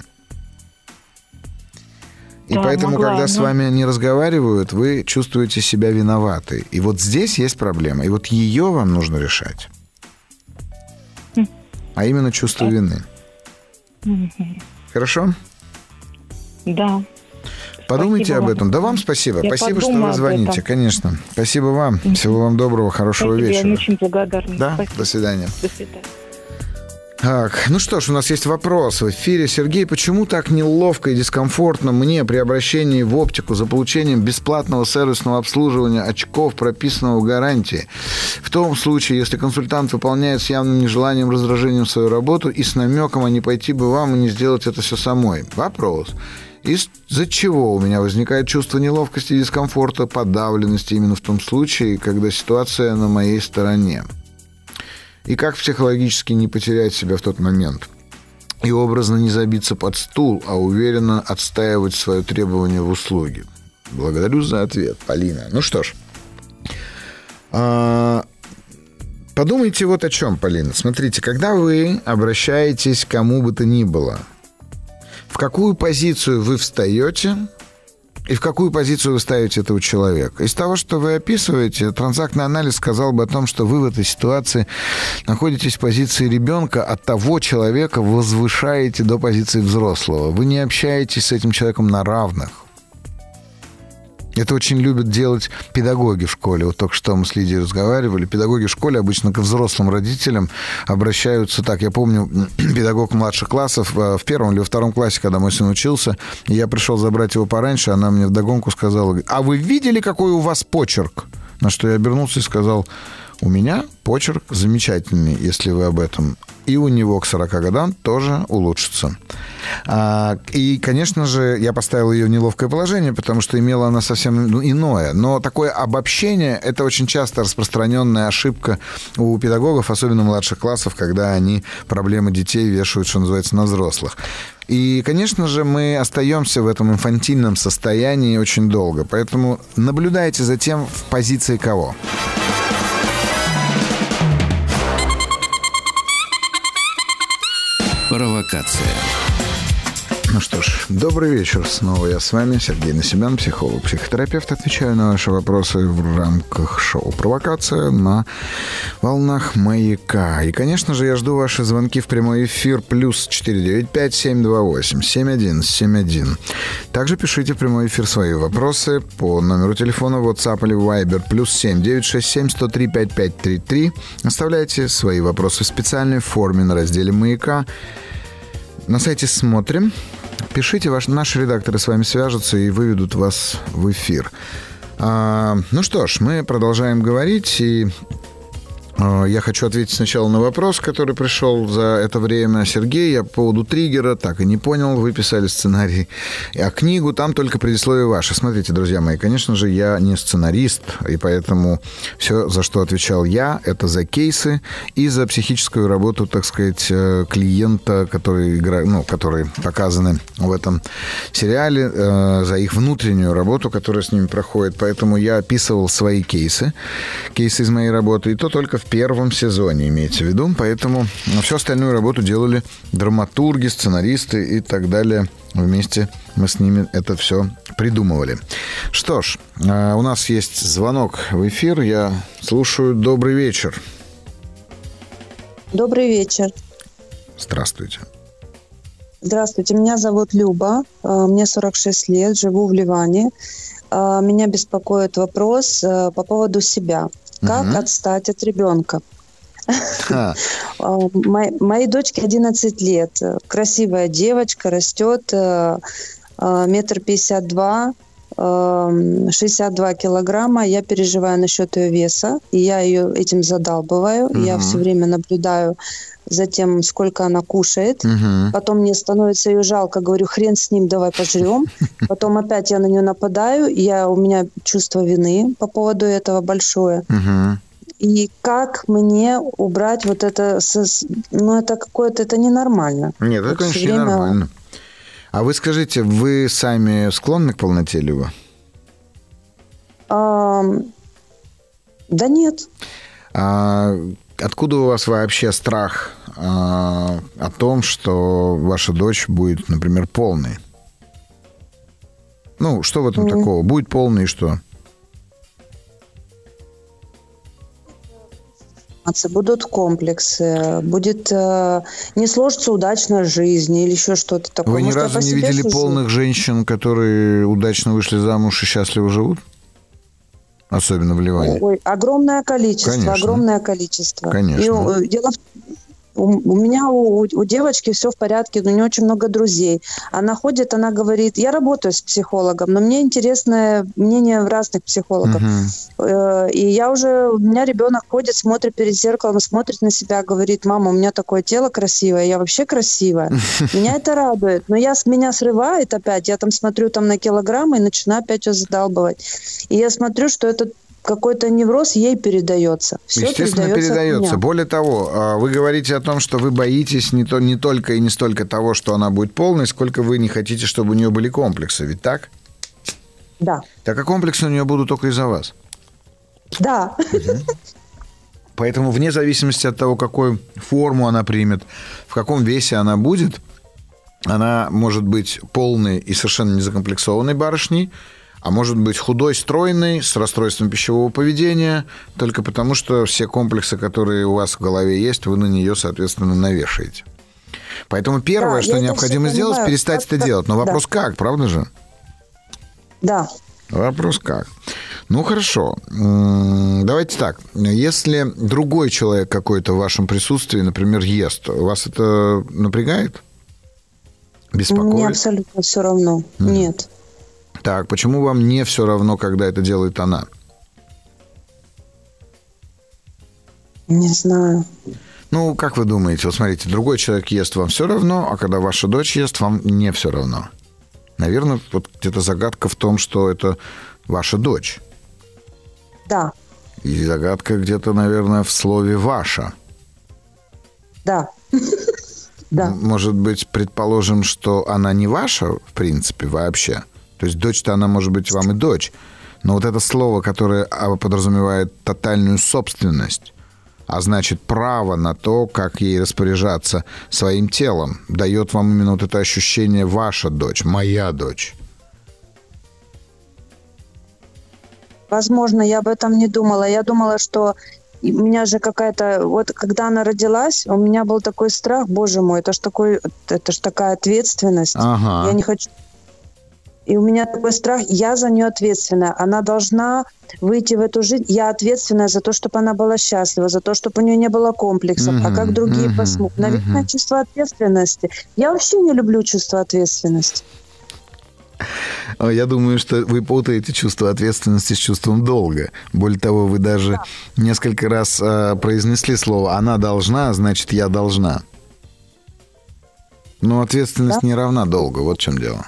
И поэтому, когда с вами не разговаривают, вы чувствуете себя виноватой. И вот здесь есть проблема. И вот ее вам нужно решать. А именно чувство вины. Хорошо? Да. Подумайте об этом. Да вам спасибо. Спасибо, что вы звоните. Конечно. Спасибо вам. Всего вам доброго, хорошего вечера. Я очень благодарна. Да? Спасибо. До свидания. До свидания. Так, ну что ж, у нас есть вопрос в эфире. Сергей, почему так неловко и дискомфортно мне при обращении в оптику за получением бесплатного сервисного обслуживания очков, прописанного в гарантии? В том случае, если консультант выполняет с явным нежеланием, раздражением свою работу и с намеком, а не пойти бы вам и не сделать это все самой. Вопрос. Из-за чего у меня возникает чувство неловкости и дискомфорта, подавленности именно в том случае, когда ситуация на моей стороне? И как психологически не потерять себя в тот момент? И образно не забиться под стул, а уверенно отстаивать свое требование в услуге? Благодарю за ответ, Полина. Ну что ж. Подумайте вот о чем, Полина. Смотрите, когда вы обращаетесь к кому бы то ни было, в какую позицию вы встаете и в какую позицию вы ставите этого человека. Из того, что вы описываете, транзактный анализ сказал бы о том, что вы в этой ситуации находитесь в позиции ребенка, а того человека возвышаете до позиции взрослого. Вы не общаетесь с этим человеком на равных. Это очень любят делать педагоги в школе. Вот только что мы с Лидией разговаривали. Педагоги в школе обычно к взрослым родителям обращаются так. Я помню, педагог младших классов в первом или во втором классе, когда мой сын учился, и я пришел забрать его пораньше, она мне вдогонку сказала: «А вы видели, какой у вас почерк?» На что я обернулся и сказал: «У меня почерк замечательный, если вы об этом». И у него к 40 годам тоже улучшится. И, конечно же, я поставил ее в неловкое положение, потому что имела она совсем иное. Но такое обобщение – это очень часто распространенная ошибка у педагогов, особенно младших классов, когда они проблемы детей вешают, что называется, на взрослых. И, конечно же, мы остаемся в этом инфантильном состоянии очень долго. Поэтому наблюдайте за тем, в позиции кого. Провокация. Ну что ж, добрый вечер. Снова я с вами, Сергей Насибян, психолог, психотерапевт. Отвечаю на ваши вопросы в рамках шоу «Провокация» на волнах «Маяка». И, конечно же, я жду ваши звонки в прямой эфир +495-728-7171. Также пишите в прямой эфир свои вопросы по номеру телефона WhatsApp или Viber +7 967 103 5533. Оставляйте свои вопросы в специальной форме на разделе «Маяка». На сайте «Смотрим». Пишите, наши редакторы с вами свяжутся и выведут вас в эфир. Ну что ж, мы продолжаем говорить, и я хочу ответить сначала на вопрос, который пришел за это время. Сергей, я по поводу триггера так и не понял. Вы писали сценарий, а книгу там только предисловие ваше. Смотрите, друзья мои, конечно же, я не сценарист, и поэтому все, за что отвечал я, это за кейсы и за психическую работу, так сказать, клиента, которые показаны в этом сериале, за их внутреннюю работу, которая с ними проходит. Поэтому я описывал свои кейсы из моей работы, и то только в первом сезоне, имеется в виду. Поэтому всю остальную работу делали драматурги, сценаристы и так далее. Вместе мы с ними это все придумывали. Что ж, у нас есть звонок в эфир. Я слушаю. Добрый вечер. Добрый вечер. Здравствуйте. Здравствуйте. Меня зовут Люба. Мне 46 лет. Живу в Ливане. Меня беспокоит вопрос по поводу себя. Как отстать от ребенка? Моей дочке 11 лет. Красивая девочка, растет, 1,52 м, 62 килограмма. Я переживаю насчет ее веса, и я ее этим задалбываю. Я все время наблюдаю за тем, сколько она кушает. Потом мне становится ее жалко. Говорю, хрен с ним, давай пожрем. Потом опять я на нее нападаю. У меня чувство вины по поводу этого большое. И как мне убрать вот это... это какое-то... Это ненормально. Нет, это, конечно, ненормально. А вы скажите, вы сами склонны к полноте, Люба? Да нет. Откуда у вас вообще страх о том, что ваша дочь будет, например, полной? Ну, что в этом такого? Будет полной и что? Будут комплексы, будет не сложится удачно жизнь или еще что-то такое. Вы ни разу не видели полных женщин, которые удачно вышли замуж и счастливо живут? Особенно в Ливане. Ой, огромное количество, Конечно. огромное количество. Конечно. И дело у меня у девочки все в порядке, у нее очень много друзей. Она ходит, она говорит, я работаю с психологом, но мне интересно мнение разных психологов. И у меня ребенок ходит, смотрит перед зеркалом, смотрит на себя, говорит, мама, у меня такое тело красивое, я вообще красивая. Меня это радует. Но меня срывает опять, я там смотрю на килограммы и начинаю опять ее задалбывать. И я смотрю, что это какой-то невроз ей передается. Все естественно, передается. Более того, вы говорите о том, что вы боитесь не только и не столько того, что она будет полной, сколько вы не хотите, чтобы у нее были комплексы. Ведь так? Да. Так а комплексы у нее будут только из-за вас. Да. Поэтому вне зависимости от того, какую форму она примет, в каком весе она будет, она может быть полной и совершенно незакомплексованной барышней, а может быть худой, стройной, с расстройством пищевого поведения, только потому, что все комплексы, которые у вас в голове есть, вы на нее, соответственно, навешаете. Поэтому первое, что необходимо сделать, перестать это делать. Но вопрос как, правда же? Да. Вопрос как. Ну, хорошо. Давайте так. Если другой человек какой-то в вашем присутствии, например, ест, вас это напрягает? Беспокоит? Мне абсолютно все равно. Нет. Так, почему вам не все равно, когда это делает она? Не знаю. Ну, как вы думаете? Вот смотрите, другой человек ест, вам все равно, а когда ваша дочь ест, вам не все равно. Наверное, вот где-то загадка в том, что это ваша дочь. Да. И загадка где-то, наверное, в слове «ваша». Да. Да. Может быть, предположим, что она не ваша, в принципе, вообще. То есть дочь-то она может быть вам и дочь. Но вот это слово, которое подразумевает тотальную собственность, а значит право на то, как ей распоряжаться своим телом, дает вам именно вот это ощущение «ваша дочь», «моя дочь». Возможно, я об этом не думала. Я думала, что у меня же какая-то... Вот когда она родилась, у меня был такой страх, боже мой, это ж такая ответственность. Ага. Я не хочу... И у меня такой страх, я за нее ответственная. Она должна выйти в эту жизнь. Я ответственная за то, чтобы она была счастлива, за то, чтобы у нее не было комплексов. А как другие посмотрят? Наверное, чувство ответственности. Я вообще не люблю чувство ответственности. Я думаю, что вы путаете чувство ответственности с чувством долга. Более того, вы даже несколько раз произнесли слово «она должна», значит «я должна». Но ответственность не равна долгу. Вот в чем дело.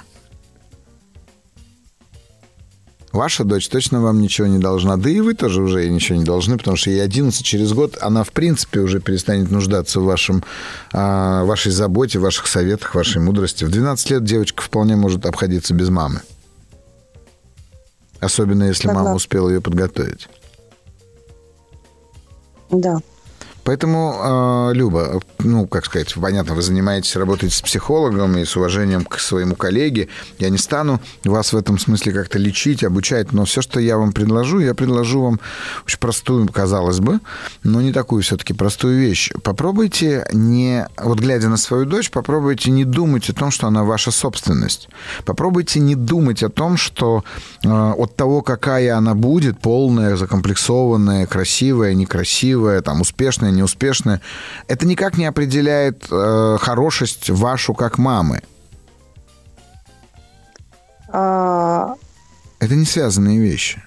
Ваша дочь точно вам ничего не должна. Да и вы тоже уже ей ничего не должны, потому что ей 11, через год она, в принципе, уже перестанет нуждаться в вашей заботе, в ваших советах, вашей мудрости. В 12 лет девочка вполне может обходиться без мамы. Особенно, если мама успела ее подготовить. Да. Поэтому, Люба, как сказать, понятно, вы занимаетесь, работаете с психологом и с уважением к своему коллеге. Я не стану вас в этом смысле как-то лечить, обучать, но все, что я вам предложу, вам очень простую, казалось бы, но не такую все-таки простую вещь. Попробуйте вот глядя на свою дочь, попробуйте не думать о том, что она ваша собственность. Попробуйте не думать о том, что от того, какая она будет, полная, закомплексованная, красивая, некрасивая, успешная, неуспешная, это никак не определяет хорошесть вашу как мамы. Это Это не связанные вещи.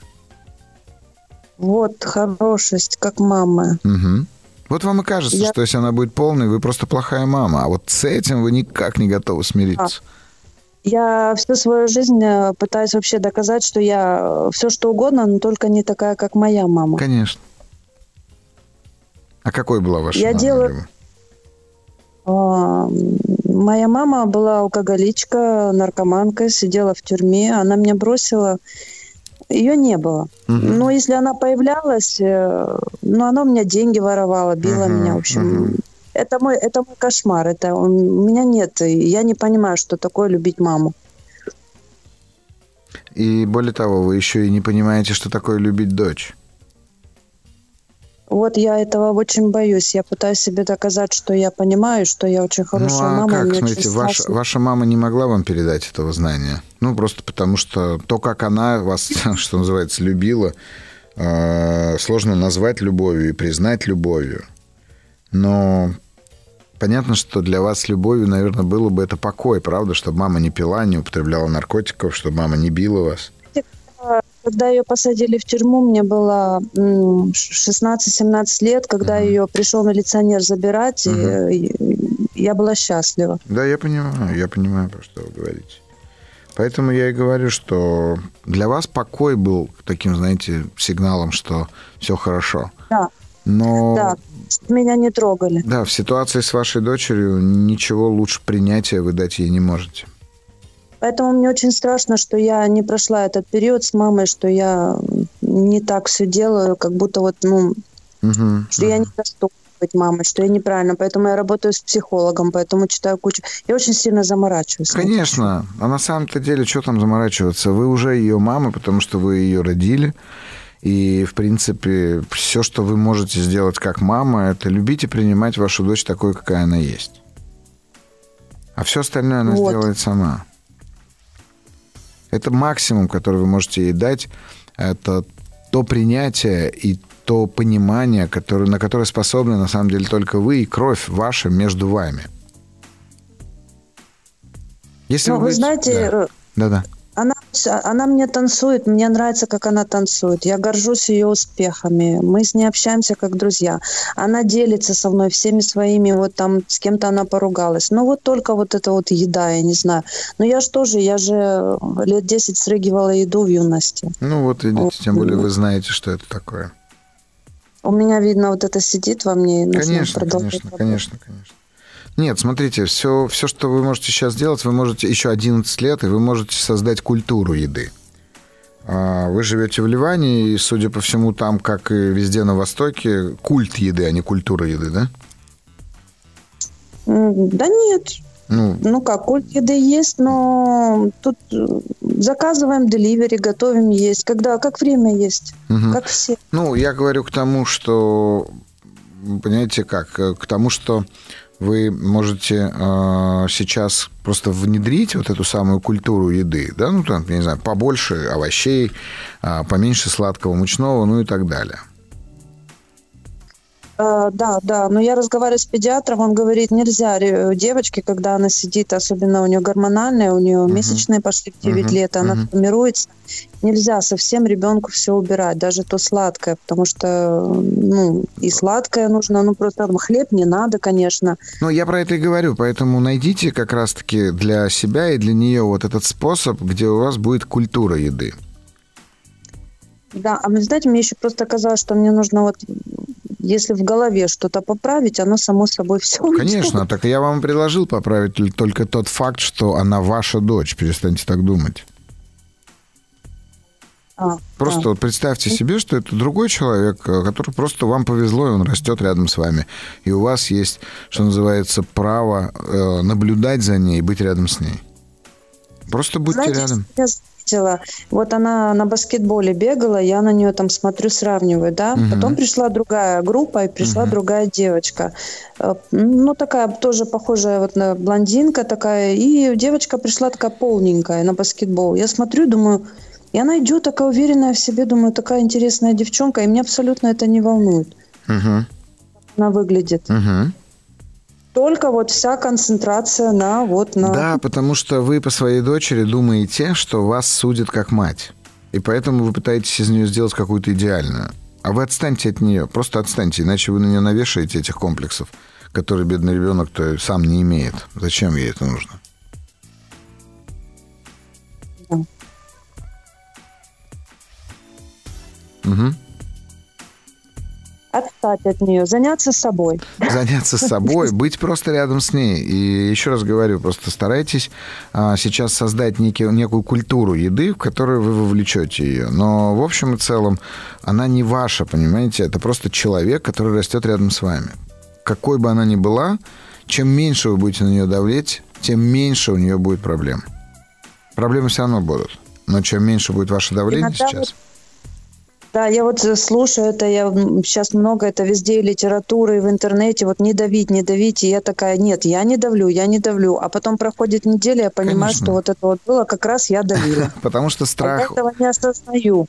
Вот хорошесть, как мама. Угу. Вот вам и кажется, что если она будет полной, вы просто плохая мама. А вот с этим вы никак не готовы смириться. Я всю свою жизнь пытаюсь вообще доказать, что я все что угодно, но только не такая, как моя мама. Конечно. А какой была ваша мама? Моя мама была алкоголичка, наркоманка, сидела в тюрьме. Она меня бросила. Ее не было. Но если она появлялась, она у меня деньги воровала, била меня. В общем, это мой кошмар. У меня нет. Я не понимаю, что такое любить маму. И более того, вы еще и не понимаете, что такое любить дочь. Вот я этого очень боюсь. Я пытаюсь себе доказать, что я понимаю, что я очень хорошая мама. Как? Смотрите, ваша мама не могла вам передать этого знания. Просто потому что то, как она вас, что называется, любила, сложно назвать любовью и признать любовью. Но понятно, что для вас любовью, наверное, было бы это покой, правда? Чтобы мама не пила, не употребляла наркотиков, чтобы мама не била вас. Когда ее посадили в тюрьму, мне было 16-17 лет, когда ее пришел милиционер забирать, и я была счастлива. Да, я понимаю, про что вы говорите. Поэтому я и говорю, что для вас покой был таким, знаете, сигналом, что все хорошо. Да. Но... Да, меня не трогали. Да, в ситуации с вашей дочерью ничего лучше принятия вы дать ей не можете. Поэтому мне очень страшно, что я не прошла этот период с мамой, что я не так все делаю, как будто что я не достойна быть мамой, что я неправильно. Поэтому я работаю с психологом, поэтому читаю кучу. Я очень сильно заморачиваюсь. Конечно. А на самом-то деле, что там заморачиваться? Вы уже ее мама, потому что вы ее родили. И, в принципе, все, что вы можете сделать как мама, это любить и принимать вашу дочь такой, какая она есть. А все остальное она сделает сама. Это максимум, который вы можете ей дать, это то принятие и то понимание, на которое способны, на самом деле, только вы и кровь ваша между вами. Если вы знаете, да. Она мне танцует, мне нравится, как она танцует. Я горжусь ее успехами. Мы с ней общаемся как друзья. Она делится со мной всеми своими, с кем-то она поругалась. Только эта еда, я не знаю. Но я же лет 10 срыгивала еду в юности. Видите, тем более вы знаете, что это такое. У меня, видно, это сидит во мне. И Конечно. Нет, смотрите, все, что вы можете сейчас делать, вы можете еще 11 лет, и вы можете создать культуру еды. Вы живете в Ливане, и, судя по всему, там, как и везде на Востоке, культ еды, а не культура еды, да? Да нет. Культ еды есть, но тут заказываем деливери, готовим есть. Как время есть, как все. Я говорю к тому, что, понимаете как, к тому, что вы можете сейчас просто внедрить эту самую культуру еды, да, я не знаю, побольше овощей, поменьше сладкого мучного, и так далее. Да, но я разговариваю с педиатром, он говорит, нельзя девочке, когда она сидит, особенно у нее гормональная, у нее месячные пошли в 9 лет, она формируется, нельзя совсем ребенку все убирать, даже то сладкое, потому что, и сладкое нужно, просто хлеб не надо, конечно. Я про это и говорю, поэтому найдите как раз-таки для себя и для нее этот способ, где у вас будет культура еды. Да, вы знаете, мне еще просто казалось, что мне нужно если в голове что-то поправить, оно само собой все уйдет. Конечно, так я вам предложил поправить только тот факт, что она ваша дочь. Перестаньте так думать. Просто представьте себе, что это другой человек, который просто вам повезло, и он растет рядом с вами. И у вас есть, что называется, право наблюдать за ней и быть рядом с ней. Просто будьте рядом. Она на баскетболе бегала, я на нее там смотрю, сравниваю, да. Потом пришла другая группа, и пришла другая девочка. Такая тоже похожая на блондинка такая. И девочка пришла такая полненькая на баскетбол. Я смотрю, думаю, и она идет такая уверенная в себе, думаю, такая интересная девчонка, и меня абсолютно это не волнует. Она выглядит. Только вся концентрация на... Да, потому что вы по своей дочери думаете, что вас судят как мать. И поэтому вы пытаетесь из нее сделать какую-то идеальную. А вы отстаньте от нее, просто отстаньте, иначе вы на нее навешаете этих комплексов, которые бедный ребенок-то сам не имеет. Зачем ей это нужно? Да. Угу. Отстать от нее, заняться собой. Заняться собой, быть просто рядом с ней. И еще раз говорю, просто старайтесь сейчас создать некую культуру еды, в которую вы вовлечете ее. Но в общем и целом она не ваша, понимаете? Это просто человек, который растет рядом с вами. Какой бы она ни была, чем меньше вы будете на нее давлеть, тем меньше у нее будет проблем. Проблемы все равно будут. Но чем меньше будет ваше давление сейчас... Да, я вот слушаю это, я сейчас много это везде, и литературы, и в интернете, вот не давить, и я такая, нет, я не давлю, а потом проходит неделя, я понимаю, что вот это вот было, как раз я давила. Потому что страх... Я этого не осознаю.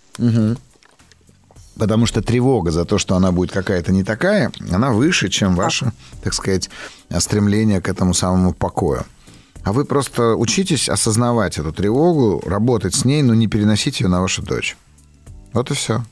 Потому что тревога за то, что она будет какая-то не такая, она выше, чем ваше, так сказать, стремление к этому самому покою. А вы просто учитесь осознавать эту тревогу, работать с ней, но не переносить ее на вашу дочь. Вот и все.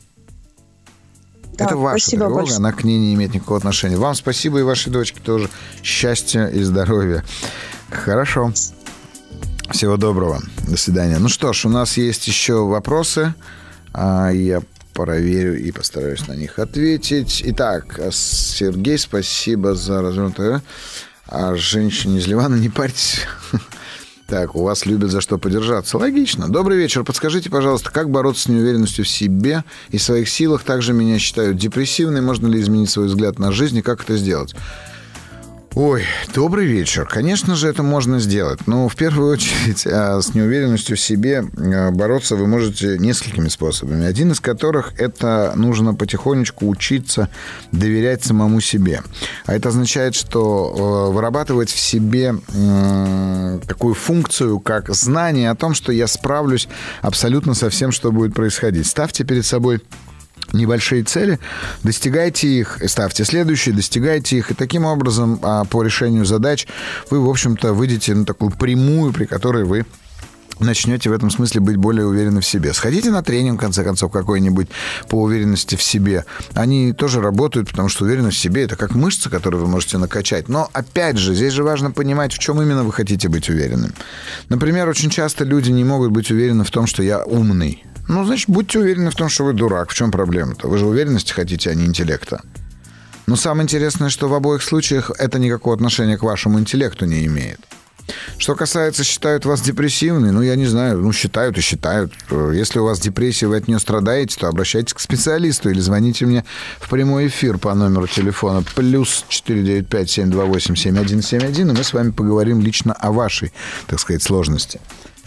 Да, это ваша тревога, большое. Она к ней не имеет никакого отношения. Вам спасибо и вашей дочке тоже. Счастья и здоровья. Хорошо. Всего доброго. До свидания. Ну что ж, у нас есть еще вопросы. Я проверю и постараюсь на них ответить. Итак, Сергей, спасибо за развернутое. А женщине из Ливана не парьтесь. Так, у вас любят за что подержаться. Логично. Добрый вечер. Подскажите, пожалуйста, как бороться с неуверенностью в себе и своих силах? Также меня считают депрессивной. Можно ли изменить свой взгляд на жизнь и как это сделать? Ой, добрый вечер. Конечно же, это можно сделать. Но в первую очередь с неуверенностью в себе бороться вы можете несколькими способами. Один из которых – это нужно потихонечку учиться доверять самому себе. А это означает, что вырабатывать в себе такую функцию, как знание о том, что я справлюсь абсолютно со всем, что будет происходить. Ставьте перед собой небольшие цели, достигайте их, и ставьте следующие, достигайте их, и таким образом по решению задач вы, в общем-то, выйдете на такую прямую, при которой вы начнете в этом смысле быть более уверены в себе. Сходите на тренинг, в конце концов, какой-нибудь по уверенности в себе. Они тоже работают, потому что уверенность в себе – это как мышцы, которые вы можете накачать. Но, опять же, здесь же важно понимать, в чем именно вы хотите быть уверенным. Например, очень часто люди не могут быть уверены в том, что я умный. Ну, значит, будьте уверены в том, что вы дурак. В чем проблема-то? Вы же уверенности хотите, а не интеллекта. Но самое интересное, что в обоих случаях это никакого отношения к вашему интеллекту не имеет. Что касается, считают вас депрессивной, ну, я не знаю, ну, считают и считают. Если у вас депрессия, вы от нее страдаете, то обращайтесь к специалисту или звоните мне в прямой эфир по номеру телефона +495 728 7171, и мы с вами поговорим лично о вашей, так сказать, сложности.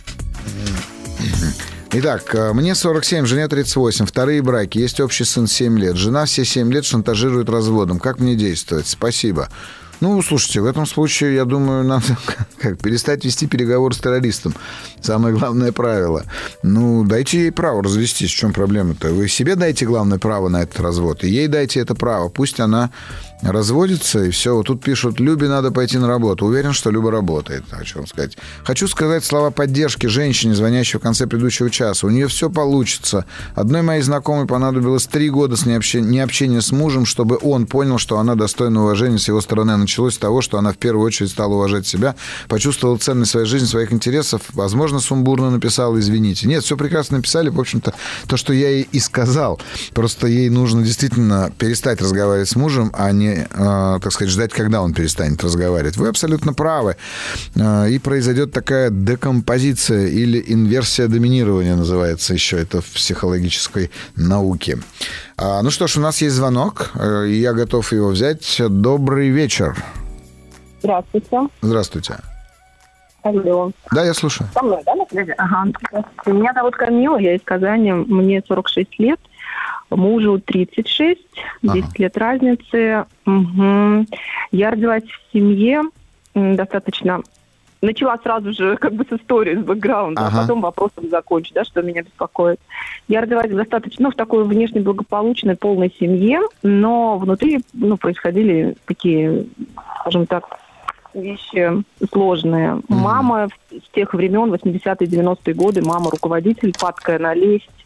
Итак, мне 47, жене 38, вторые браки, есть общий сын 7 лет. Жена все 7 лет шантажирует разводом. Как мне действовать? Спасибо. Ну, слушайте, в этом случае, я думаю, надо перестать вести переговоры с террористом. Самое главное правило. Ну, дайте ей право развестись. В чем проблема-то? Вы себе дайте главное право на этот развод, и ей дайте это право. Пусть она разводится, и все. Вот тут пишут, Любе надо пойти на работу. Уверен, что Люба работает. Хочу вам сказать. Хочу сказать слова поддержки женщине, звонящей в конце предыдущего часа. У нее все получится. Одной моей знакомой понадобилось 3 года необщения с мужем, чтобы он понял, что она достойна уважения с его стороны. Началось с того, что она в первую очередь стала уважать себя, почувствовала ценность своей жизни, своих интересов. Возможно, сумбурно написала, извините. Нет, все прекрасно написали. В общем-то, то, что я ей и сказал. Просто ей нужно действительно перестать разговаривать с мужем, а не, так сказать, ждать, когда он перестанет разговаривать. Вы абсолютно правы. И произойдет такая декомпозиция или инверсия доминирования, называется еще это в психологической науке. Ну что ж, у нас есть звонок, и я готов его взять. Добрый вечер. Здравствуйте. Здравствуйте. Алло. Да, я слушаю. Со мной, да, на связи? Ага. Меня зовут Камила, я из Казани, мне 46 лет, мужу 36, 10 лет разницы. Угу. Я родилась в семье достаточно... Начала сразу же как бы с истории, с бэкграунда, а потом вопросом закончу, да, что меня беспокоит. Я родилась достаточно, в такой внешне благополучной, полной семье, но внутри, происходили такие, скажем так, вещи сложные. Мама с тех времен, 80-е, 90-е годы, мама руководитель, падкая на лесть,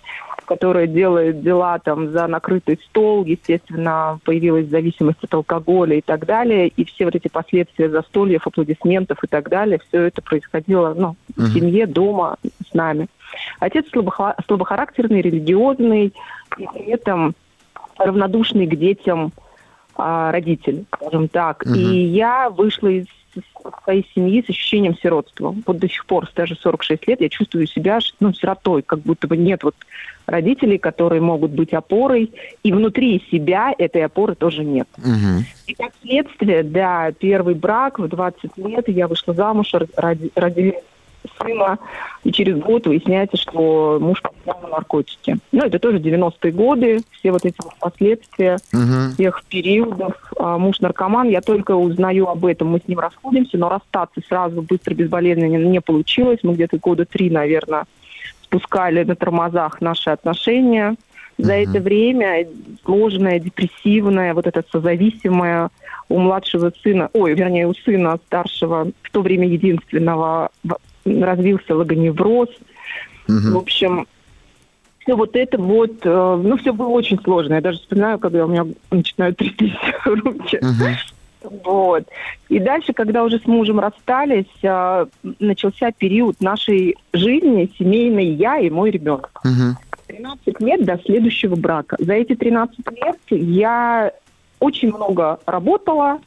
которая делает дела там за накрытый стол, естественно, появилась зависимость от алкоголя и так далее, и все вот эти последствия застольев, аплодисментов и так далее, все это происходило, в семье, дома, с нами. Отец слабохарактерный, религиозный, и при этом равнодушный к детям родитель, скажем так. И я вышла из своей семьи с ощущением сиротства. Вот до сих пор, даже 46 лет, я чувствую себя сиротой, как будто бы нет вот родителей, которые могут быть опорой, и внутри себя этой опоры тоже нет. И как следствие, да, первый брак в 20 лет, я вышла замуж, родили сына, и через год выясняется, что муж попал на наркотики. Это тоже 90-е годы, все вот эти вот последствия тех периодов. Муж наркоман, я только узнаю об этом, мы с ним расходимся, но расстаться сразу быстро, безболезненно не получилось. Мы где-то года 3, наверное, спускали на тормозах наши отношения. За это время сложное, депрессивное, вот это созависимое у младшего сына, у сына старшего, в то время единственного, развился логоневроз. В общем, все вот это вот, все было очень сложно. Я даже вспоминаю, когда у меня начинают трястись руки. Вот. И дальше, когда уже с мужем расстались, начался период нашей жизни, семейной, я и мой ребенок. 13 лет до следующего брака. За эти 13 лет я очень много работала,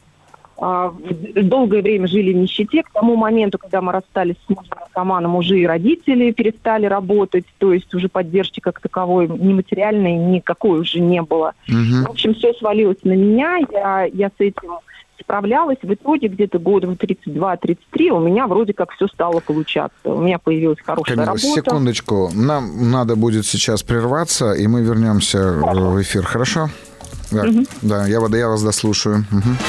долгое время жили в нищете. К тому моменту, когда мы расстались с мужем-наркоманом, уже и родители перестали работать, то есть уже поддержки как таковой ни материальной, никакой уже не было. В общем, все свалилось на меня, я с этим справлялась. В итоге где-то года в 32-33 у меня вроде как все стало получаться. У меня появилась хорошая работа. Секундочку, нам надо будет сейчас прерваться, и мы вернемся в эфир, хорошо? Да, да, я вас дослушаю.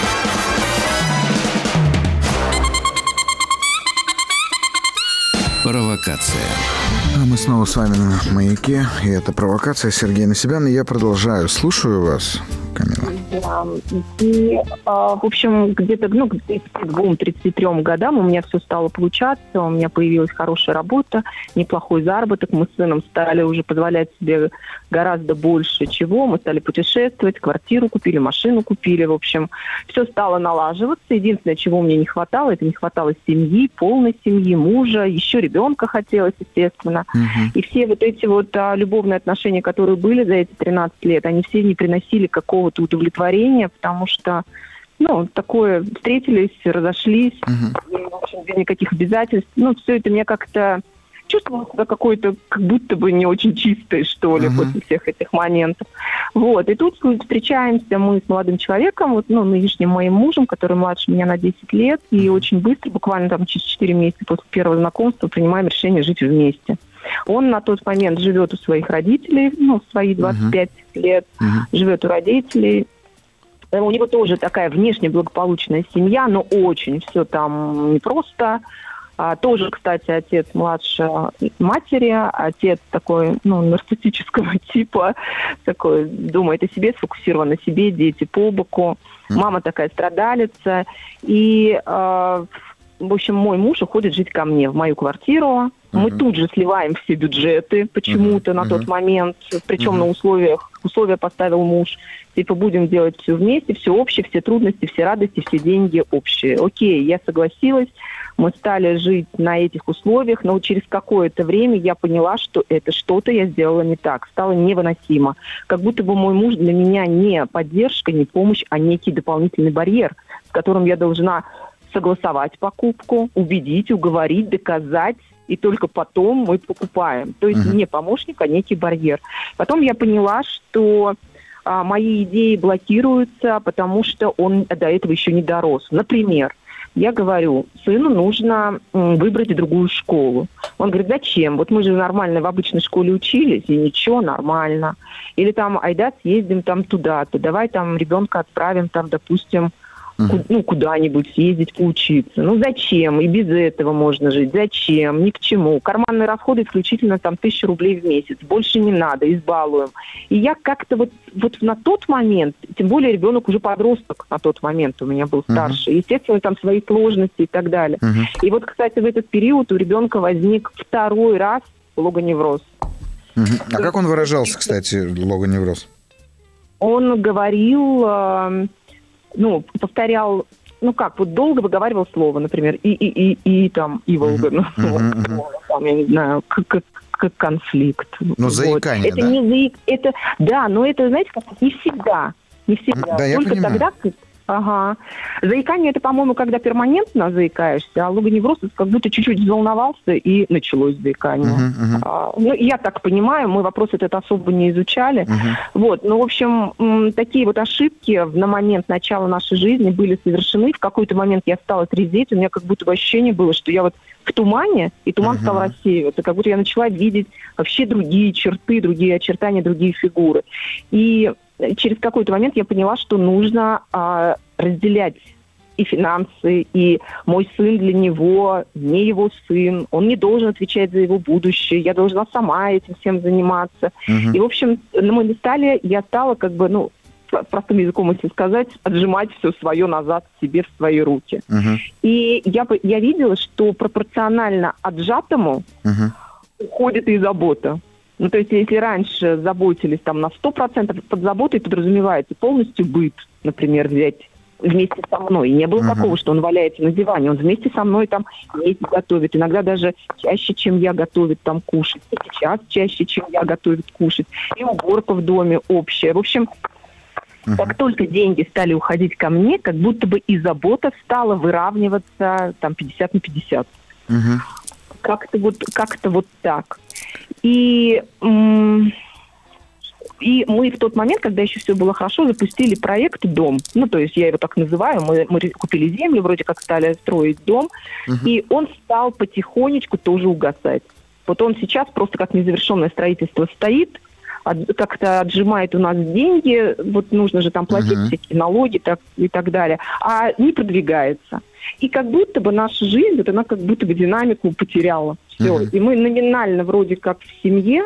Провокация. А мы снова с вами на «Маяке», и это «Провокация». Сергей Насибян, и я продолжаю. Слушаю вас, Камила. Да, и, в общем, где-то к 32-33 годам у меня все стало получаться, у меня появилась хорошая работа, неплохой заработок, мы с сыном стали уже позволять себе гораздо больше чего, мы стали путешествовать, квартиру купили, машину купили, в общем, все стало налаживаться. Единственное, чего мне не хватало, это не хватало семьи, полной семьи, мужа, еще ребенка хотелось, естественно. И все вот эти вот любовные отношения, которые были за эти 13 лет, они все не приносили какого-то удовлетворения, потому что, такое, встретились, разошлись, в общем, без никаких обязательств. Все это мне как-то чувствовала себя какой-то, как будто бы не очень чистой, что ли, после всех этих моментов. Вот, и тут встречаемся мы с молодым человеком, нынешним моим мужем, который младше меня на 10 лет, и очень быстро, буквально там через 4 месяца после первого знакомства, принимаем решение жить вместе. Он на тот момент живет у своих родителей, в свои 25 лет, живет у родителей. У него тоже такая внешне благополучная семья, но очень все там непросто. Тоже, кстати, отец младше матери, отец такой, нарциссического типа, такой, думает о себе, сфокусирован на себе, дети по боку. Мама такая страдалица. И, в общем, мой муж уходит жить ко мне в мою квартиру. Мы тут же сливаем все бюджеты почему-то на тот момент, причем на условия поставил муж. Типа будем делать все вместе, все общее, все трудности, все радости, все деньги общие. Окей, я согласилась. Мы стали жить на этих условиях, но через какое-то время я поняла, что это что-то я сделала не так, стало невыносимо. Как будто бы мой муж для меня не поддержка, не помощь, а некий дополнительный барьер, с которым я должна согласовать покупку, убедить, уговорить, доказать, и только потом мы покупаем. То есть не помощник, а некий барьер. Потом я поняла, что мои идеи блокируются, потому что он до этого еще не дорос. Например, я говорю, сыну нужно выбрать другую школу. Он говорит, зачем? Вот мы же нормально в обычной школе учились, и ничего, нормально. Или там, айда съездим там туда-то, давай там ребенка отправим там, допустим, куда-нибудь съездить, поучиться. Зачем? И без этого можно жить. Зачем? Ни к чему. Карманные расходы исключительно там 1000 рублей в месяц. Больше не надо, избалуем. И я как-то вот на тот момент, тем более ребенок уже подросток на тот момент у меня был старше. Естественно, там свои сложности и так далее. И вот, кстати, в этот период у ребенка возник второй раз логоневроз. А как он выражался, кстати, логоневроз? Он говорил, повторял, долго выговаривал слово, например, и Волга, я не знаю, как конфликт. Заикание, это не это, да, но это, знаете, как не всегда. Не всегда. Да, только тогда, заикание, это, по-моему, когда перманентно заикаешься, а логоневроз, это как будто чуть-чуть взволновался, и началось заикание. Я так понимаю, мы вопрос этот особо не изучали. В общем, такие вот ошибки на момент начала нашей жизни были совершены. В какой-то момент я стала трезветь, у меня как будто бы ощущение было, что я вот в тумане, и туман стал рассеиваться, как будто я начала видеть вообще другие черты, другие очертания, другие фигуры. И через какой-то момент я поняла, что нужно разделять и финансы, и мой сын для него, не его сын. Он не должен отвечать за его будущее. Я должна сама этим всем заниматься. И, в общем, мы я стала простым языком, если сказать, отжимать все свое назад себе в свои руки. И я видела, что пропорционально отжатому уходит и забота. То есть, если раньше заботились на 100%, под заботой подразумевается полностью быт, например, взять вместе со мной. И не было такого, что он валяется на диване. Он вместе со мной есть, готовит. Иногда даже чаще, чем я готовит кушать. И сейчас чаще, чем я готовит кушать. И уборка в доме общая. В общем, как только деньги стали уходить ко мне, как будто бы и забота стала выравниваться 50 на 50. Как-то вот так. И мы в тот момент, когда еще все было хорошо, запустили проект «Дом». То есть я его так называю. Мы купили землю, вроде как стали строить дом. И он стал потихонечку тоже угасать. Вот он сейчас просто как незавершенное строительство стоит, как-то отжимает у нас деньги, нужно же платить всякие налоги и так далее, а не продвигается. И как будто бы наша жизнь, она как будто бы динамику потеряла. Все. И мы номинально вроде как в семье,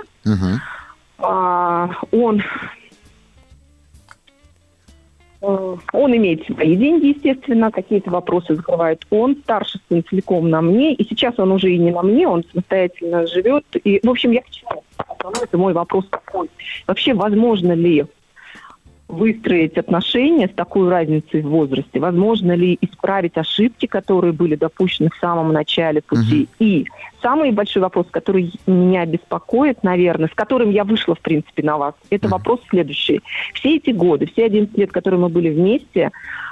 он имеет свои деньги, естественно, какие-то вопросы закрывает он, старший сын целиком на мне, и сейчас он уже и не на мне, он самостоятельно живет. И, в общем, я к чему? Это мой вопрос такой. Вообще, возможно ли выстроить отношения с такой разницей в возрасте? Возможно ли исправить ошибки, которые были допущены в самом начале пути? И самый большой вопрос, который меня беспокоит, наверное, с которым я вышла, в принципе, на вас, это вопрос следующий. Все эти годы, все 11 лет, которые мы были вместе,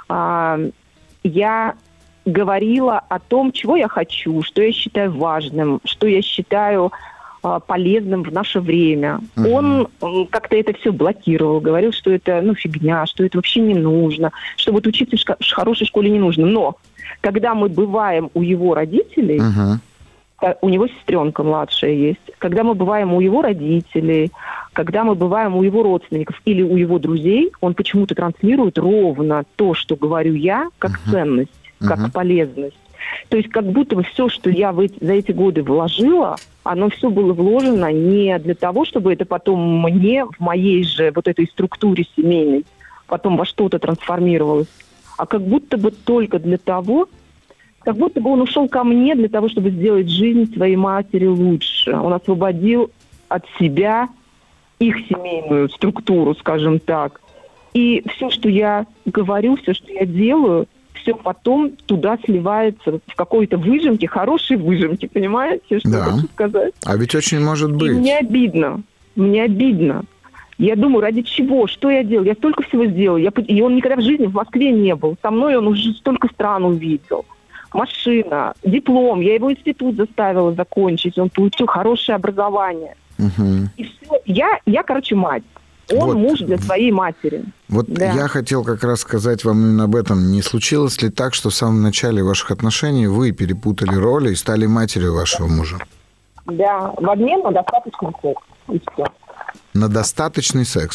я говорила о том, чего я хочу, что я считаю важным, что я считаю полезным в наше время. Он как-то это все блокировал, говорил, что это фигня, что это вообще не нужно, что учиться в хорошей школе не нужно. Но когда мы бываем у его родителей, у него сестренка младшая есть, когда мы бываем у его родителей, когда мы бываем у его родственников или у его друзей, он почему-то транслирует ровно то, что говорю я, как ценность, как полезность. То есть как будто бы все, что я за эти годы вложила, оно все было вложено не для того, чтобы это потом мне в моей же этой структуре семейной потом во что-то трансформировалось, а как будто бы только для того, как будто бы он ушел ко мне для того, чтобы сделать жизнь своей матери лучше. Он освободил от себя их семейную структуру, скажем так. И все, что я говорю, все, что я делаю, все потом туда сливается в какой-то выжимке, хорошей выжимке, понимаете, что я хочу сказать? А ведь очень может быть. И мне обидно. Я думаю, ради чего? Что я делал? Я столько всего сделала. И он никогда в жизни в Москве не был. Со мной он уже столько стран увидел. Машина, диплом. Я его институт заставила закончить. Он получил хорошее образование. И все. Я, короче, мать. Он муж для своей матери. Я хотел как раз сказать вам именно об этом. Не случилось ли так, что в самом начале ваших отношений вы перепутали роли и стали матерью вашего мужа? Да, в обмен на достаточный секс. И все. На достаточный секс?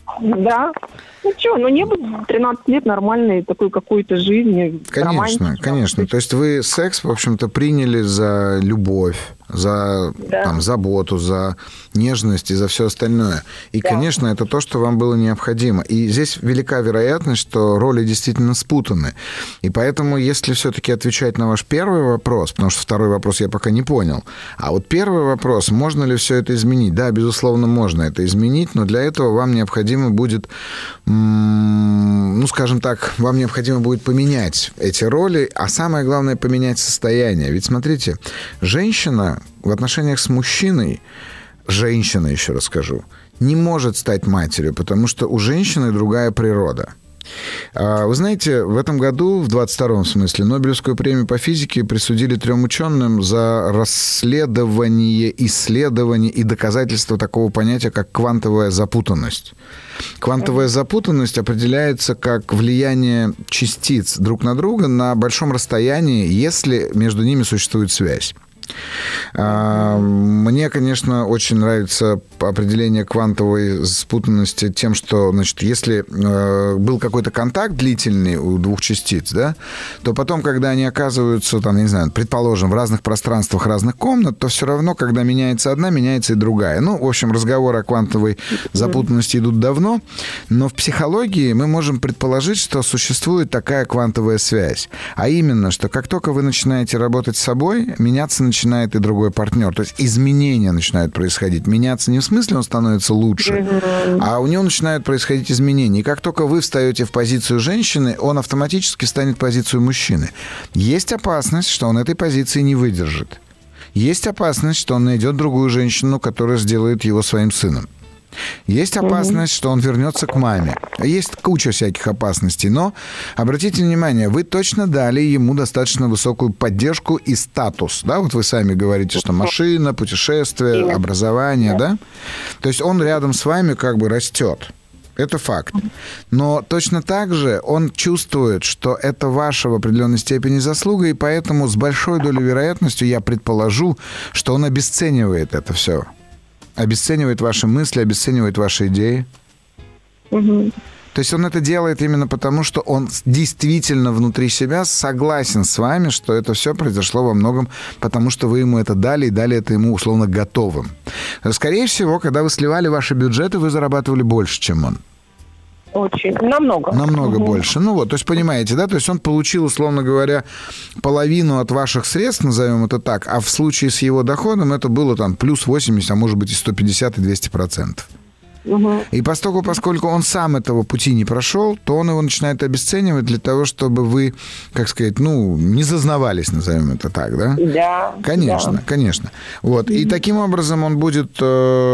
Да. Ну что, не было 13 лет нормальной такой какой-то жизни. Конечно. То есть вы секс, в общем-то, приняли за любовь, за заботу, за нежность и за все остальное. И, конечно, это то, что вам было необходимо. И здесь велика вероятность, что роли действительно спутаны. И поэтому, если все-таки отвечать на ваш первый вопрос, потому что второй вопрос я пока не понял, а вот первый вопрос, можно ли все это изменить? Да, безусловно, можно это изменить, но для этого вам необходимо будет, скажем так, вам необходимо будет поменять эти роли, а самое главное, поменять состояние. Ведь, смотрите, женщина в отношениях с мужчиной, женщина, еще раз скажу, не может стать матерью, потому что у женщины другая природа. Вы знаете, в этом году, в 22-м смысле, Нобелевскую премию по физике присудили 3 ученым за расследование, исследование и доказательство такого понятия, как квантовая запутанность. Квантовая запутанность определяется как влияние частиц друг на друга на большом расстоянии, если между ними существует связь. Мне, конечно, очень нравится определение квантовой спутанности тем, что, значит, если был какой-то контакт длительный у двух частиц, да, то потом, когда они оказываются, там, не знаю, предположим, в разных пространствах разных комнат, то все равно, когда меняется одна, меняется и другая. Ну, в общем, разговоры о квантовой запутанности идут давно, но в психологии мы можем предположить, что существует такая квантовая связь. А именно, что как только вы начинаете работать с собой, меняться начинает и другой партнер. То есть изменения начинают происходить. Меняться не в смысле он становится лучше, а у него начинают происходить изменения. И как только вы встаете в позицию женщины, он автоматически встанет в позицию мужчины. Есть опасность, что он этой позиции не выдержит. Есть опасность, что он найдет другую женщину, которая сделает его своим сыном. Есть опасность, что он вернется к маме. Есть куча всяких опасностей. Но, обратите внимание, вы точно дали ему достаточно высокую поддержку и статус. Да? Вот вы сами говорите, что машина, путешествие, образование. Да? То есть он рядом с вами как бы растет. Это факт. Но точно так же он чувствует, что это ваша в определенной степени заслуга, и поэтому с большой долей вероятностью я предположу, что он обесценивает это все. Обесценивает ваши мысли, обесценивает ваши идеи. То есть он это делает именно потому, что он действительно внутри себя согласен с вами, что это все произошло во многом потому, что вы ему это дали, и дали это ему условно готовым. Скорее всего, когда вы сливали ваши бюджеты, вы зарабатывали больше, чем он. Очень. Намного больше. Ну вот, то есть, понимаете, да? То есть он получил, условно говоря, половину от ваших средств, назовем это так, а в случае с его доходом это было там плюс 80, а может быть и 150, и 200%. И поскольку он сам этого пути не прошел, то он его начинает обесценивать для того, чтобы вы, как сказать, не зазнавались, назовем это так, да? Да. Конечно. Вот. И таким образом он будет,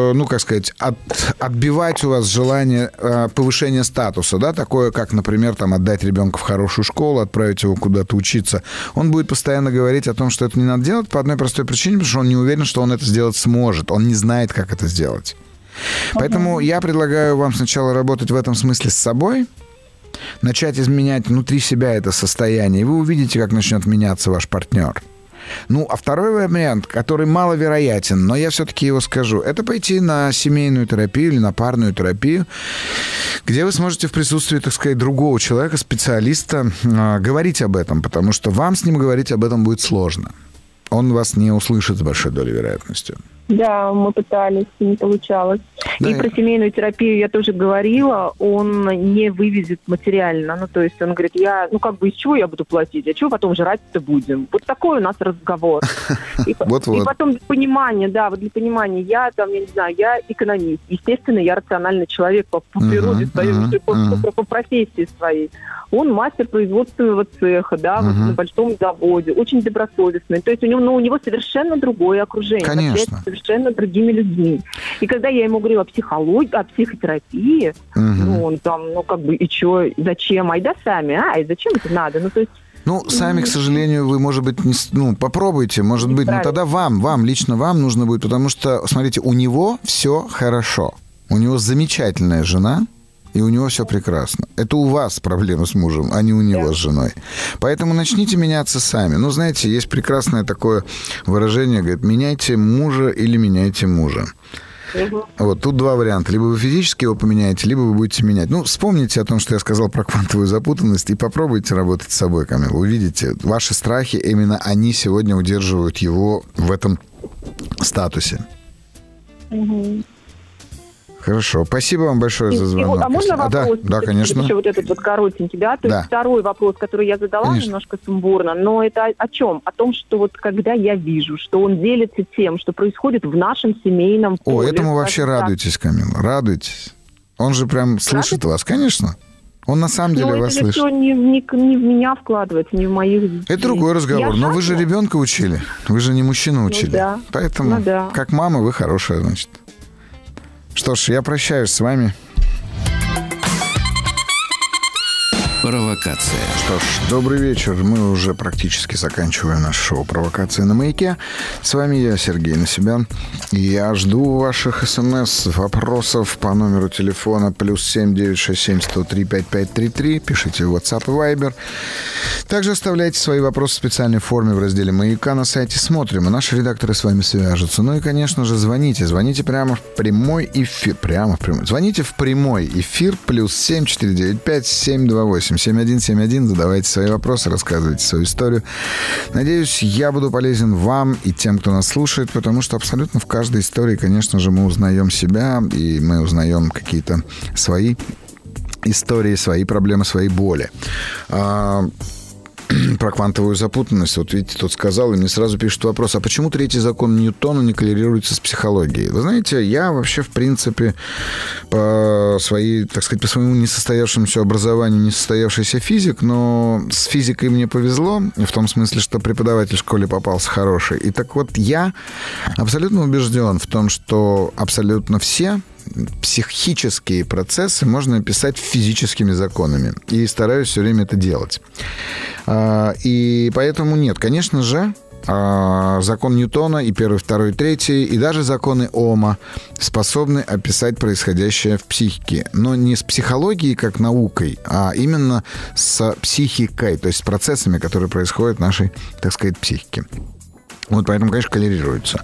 отбивать у вас желание повышения статуса, да, такое, как, например, там, отдать ребенка в хорошую школу, отправить его куда-то учиться. Он будет постоянно говорить о том, что это не надо делать по одной простой причине, потому что он не уверен, что он это сделать сможет. Он не знает, как это сделать. Поэтому я предлагаю вам сначала работать в этом смысле с собой, начать изменять внутри себя это состояние, и вы увидите, как начнет меняться ваш партнер. А второй вариант, который маловероятен, но я все-таки его скажу, это пойти на семейную терапию или на парную терапию, где вы сможете в присутствии, так сказать, другого человека, специалиста, говорить об этом, потому что вам с ним говорить об этом будет сложно. Он вас не услышит с большой долей вероятности. Да, мы пытались, не получалось. Да. И про семейную терапию я тоже говорила, он не вывезет материально. То есть он говорит, из чего я буду платить, а чего потом жрать-то будем? Вот такой у нас разговор. И потом для понимания, я экономист. Естественно, я рациональный человек по природе своей, по профессии своей. Он мастер производственного цеха, на большом заводе, очень добросовестный. То есть у него совершенно другое окружение. Конечно. Совершенно другими людьми. И когда я ему говорила о психологии, о психотерапии, он там, и что, зачем? Айда сами, и зачем это надо? Сами, к сожалению, вы, может быть, попробуйте, может быть, но тогда лично вам нужно будет, потому что, смотрите, у него все хорошо. У него замечательная жена, и у него все прекрасно. Это у вас проблемы с мужем, а не у него с женой. Поэтому начните меняться сами. Знаете, есть прекрасное такое выражение, говорит, меняйте мужа или меняйте мужа. Вот тут два варианта. Либо вы физически его поменяете, либо вы будете менять. Ну, вспомните о том, что я сказал про квантовую запутанность, и попробуйте работать с собой, Камилла. Увидите, ваши страхи, именно они сегодня удерживают его в этом статусе. Хорошо. Спасибо вам большое за звонок. А можно вопрос? Да, конечно. Еще вот этот вот коротенький, да? То есть второй вопрос, который я задала, конечно, немножко сумбурно, но это о чем? О том, что вот когда я вижу, что он делится тем, что происходит в нашем семейном поле. О, этому вообще радуйтесь, Камилла, радуйтесь. Он же прям слышит вас, конечно. Он на самом деле вас слышит. Но это не в меня вкладывается, не в моих детей. Это другой разговор. Но вы же ребенка учили. Вы же не мужчину учили. Да. Поэтому, как мама, вы хорошая, значит. Что ж, я прощаюсь с вами. Провокация. Что ж, добрый вечер. Мы уже практически заканчиваем наше шоу «Провокация на маяке». С вами я, Сергей Насибян. И я жду ваших смс, вопросов по номеру телефона +7 967 103 5533. Пишите в WhatsApp и Viber. Также оставляйте свои вопросы в специальной форме в разделе «Маяка» на сайте «Смотрим», и наши редакторы с вами свяжутся. Ну и, конечно же, звоните. Звоните прямо в прямой эфир. Звоните в прямой эфир +7 495 728 7171. Задавайте свои вопросы, рассказывайте свою историю. Надеюсь, я буду полезен вам и тем, кто нас слушает, потому что абсолютно в каждой истории, конечно же, мы узнаем себя, и мы узнаем какие-то свои истории, свои проблемы, свои боли. Про квантовую запутанность. Вот видите, тут сказал, и мне сразу пишут вопрос, а почему третий закон Ньютона не коррелируется с психологией? Вы знаете, я вообще, в принципе, по своему несостоявшемуся образованию несостоявшийся физик, но с физикой мне повезло, в том смысле, что преподаватель в школе попался хороший. И так вот, я абсолютно убежден в том, что абсолютно все психические процессы можно описать физическими законами. И стараюсь все время это делать. И поэтому нет, конечно же, закон Ньютона и первый, второй, третий, и даже законы Ома способны описать происходящее в психике. Но не с психологией как наукой, а именно с психикой, то есть с процессами, которые происходят в нашей, так сказать, психике. Вот поэтому, конечно, коррелируется.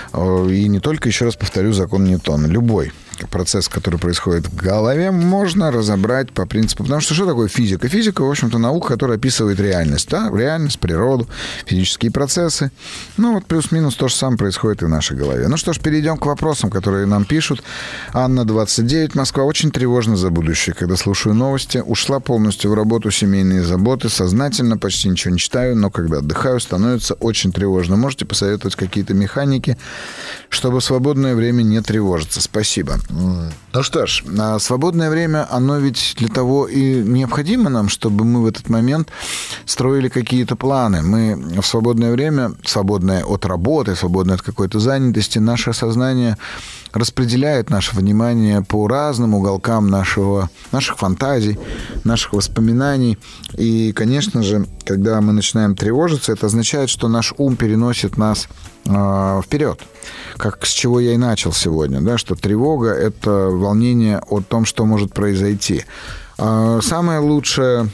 И не только, еще раз повторю, закон Ньютона. Любой процесс, который происходит в голове, можно разобрать по принципу. Потому что такое физика? Физика, в общем-то, наука, которая описывает реальность. Да? Реальность, природу, физические процессы. Ну, вот плюс-минус то же самое происходит и в нашей голове. Ну что ж, перейдем к вопросам, которые нам пишут. Анна, 29, Москва. Очень тревожно за будущее, когда слушаю новости. Ушла полностью в работу, семейные заботы. Сознательно почти ничего не читаю, но когда отдыхаю, становится очень тревожно. Можете посоветовать какие-то механики, чтобы в свободное время не тревожиться? Спасибо. Ну что ж, свободное время, оно ведь для того и необходимо нам, чтобы мы в этот момент строили какие-то планы. Мы в свободное время, свободное от работы, свободное от какой-то занятости, наше сознание распределяет наше внимание по разным уголкам наших фантазий, наших воспоминаний. И, конечно же, когда мы начинаем тревожиться, это означает, что наш ум переносит нас вперед. Как с чего я и начал сегодня, да, что тревога – это волнение о том, что может произойти. Самая лучшая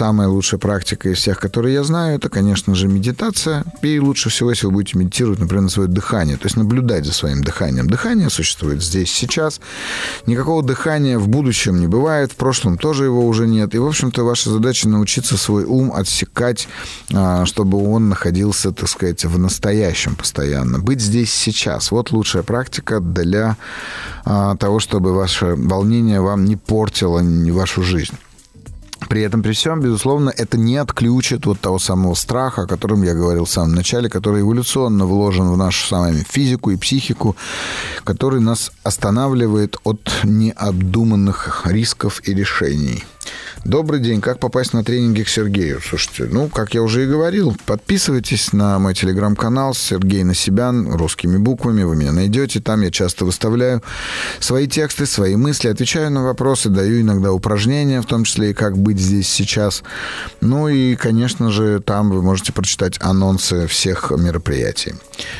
практика из всех, которые я знаю, это, конечно же, медитация. И лучше всего, если вы будете медитировать, например, на свое дыхание, то есть наблюдать за своим дыханием. Дыхание существует здесь, сейчас. Никакого дыхания в будущем не бывает, в прошлом тоже его уже нет. И, в общем-то, ваша задача научиться свой ум отсекать, чтобы он находился, так сказать, в настоящем постоянно. Быть здесь сейчас. Вот лучшая практика для того, чтобы ваше волнение вам не портило вашу жизнь. При этом, при всем, безусловно, это не отключит вот того самого страха, о котором я говорил в самом начале, который эволюционно вложен в нашу с вами физику и психику, который нас останавливает от необдуманных рисков и решений. Добрый день. Как попасть на тренинги к Сергею? Слушайте, как я уже и говорил, подписывайтесь на мой телеграм-канал Сергей Насибян русскими буквами. Вы меня найдете. Там я часто выставляю свои тексты, свои мысли, отвечаю на вопросы, даю иногда упражнения, в том числе и как быть здесь сейчас. Ну и, конечно же, там вы можете прочитать анонсы всех мероприятий.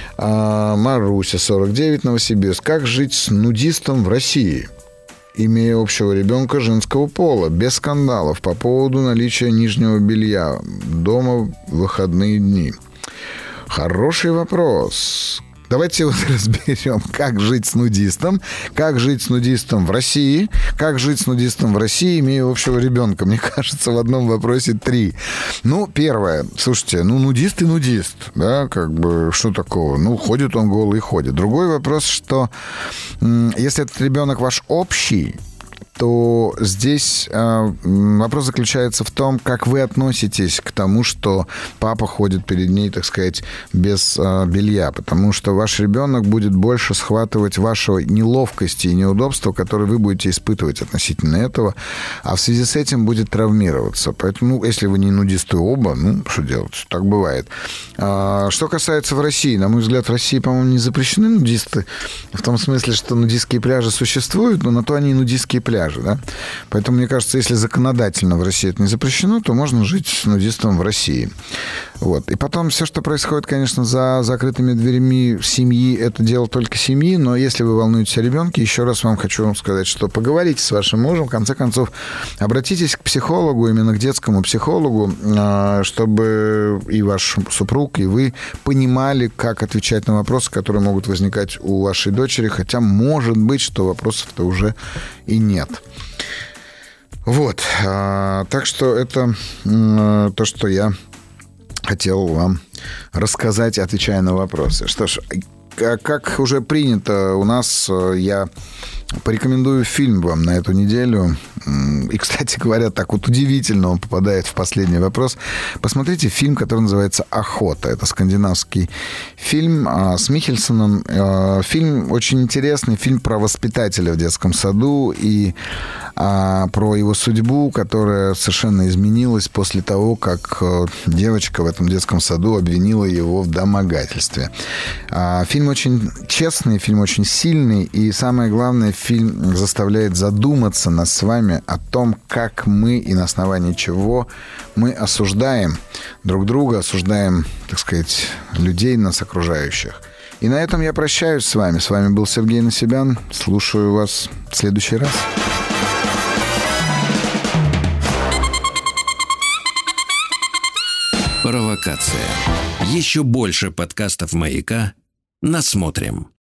Маруся, 49, Новосибирск. Как жить с нудистом в России, имея общего ребенка женского пола, без скандалов по поводу наличия нижнего белья дома в выходные дни? Хороший вопрос. Давайте вот разберем, как жить с нудистом в России, как жить с нудистом в России, имея общего ребенка. Мне кажется, в одном вопросе 3. Ну, первое. Слушайте, нудист и нудист, да, как бы, что такого? Ходит он голый, ходит. Другой вопрос, что если этот ребенок ваш общий, то здесь вопрос заключается в том, как вы относитесь к тому, что папа ходит перед ней, так сказать, без белья. Потому что ваш ребенок будет больше схватывать вашей неловкости и неудобства, которые вы будете испытывать относительно этого, а в связи с этим будет травмироваться. Поэтому, если вы не нудисты оба, что делать? Так бывает. Что касается в России, на мой взгляд, в России, по-моему, не запрещены нудисты. В том смысле, что нудистские пляжи существуют, но на то они и нудистские пляжи. Да? Поэтому, мне кажется, если законодательно в России это не запрещено, то можно жить с нудистом в России. Вот. И потом все, что происходит, конечно, за закрытыми дверями семьи, это дело только семьи, но если вы волнуетесь о ребенке, еще раз вам хочу сказать, что поговорите с вашим мужем, в конце концов, обратитесь к психологу, именно к детскому психологу, чтобы и ваш супруг, и вы понимали, как отвечать на вопросы, которые могут возникать у вашей дочери, хотя может быть, что вопросов-то уже и нет. Вот. Так что это то, что я хотел вам рассказать, отвечая на вопросы. Что ж, как уже принято у нас, я порекомендую фильм вам на эту неделю. И, кстати говоря, так вот удивительно он попадает в последний вопрос. Посмотрите фильм, который называется «Охота». Это скандинавский фильм с Михельсоном. Фильм очень интересный. Фильм про воспитателя в детском саду и про его судьбу, которая совершенно изменилась после того, как девочка в этом детском саду обвинила его в домогательстве. Фильм очень честный, фильм очень сильный. И самое главное, фильм заставляет задуматься нас с вами о том, как мы и на основании чего мы осуждаем друг друга, осуждаем, так сказать, людей, нас окружающих. И на этом я прощаюсь с вами. С вами был Сергей Насибян. Слушаю вас в следующий раз. Провокация. Еще больше подкастов «Маяка» насмотрим.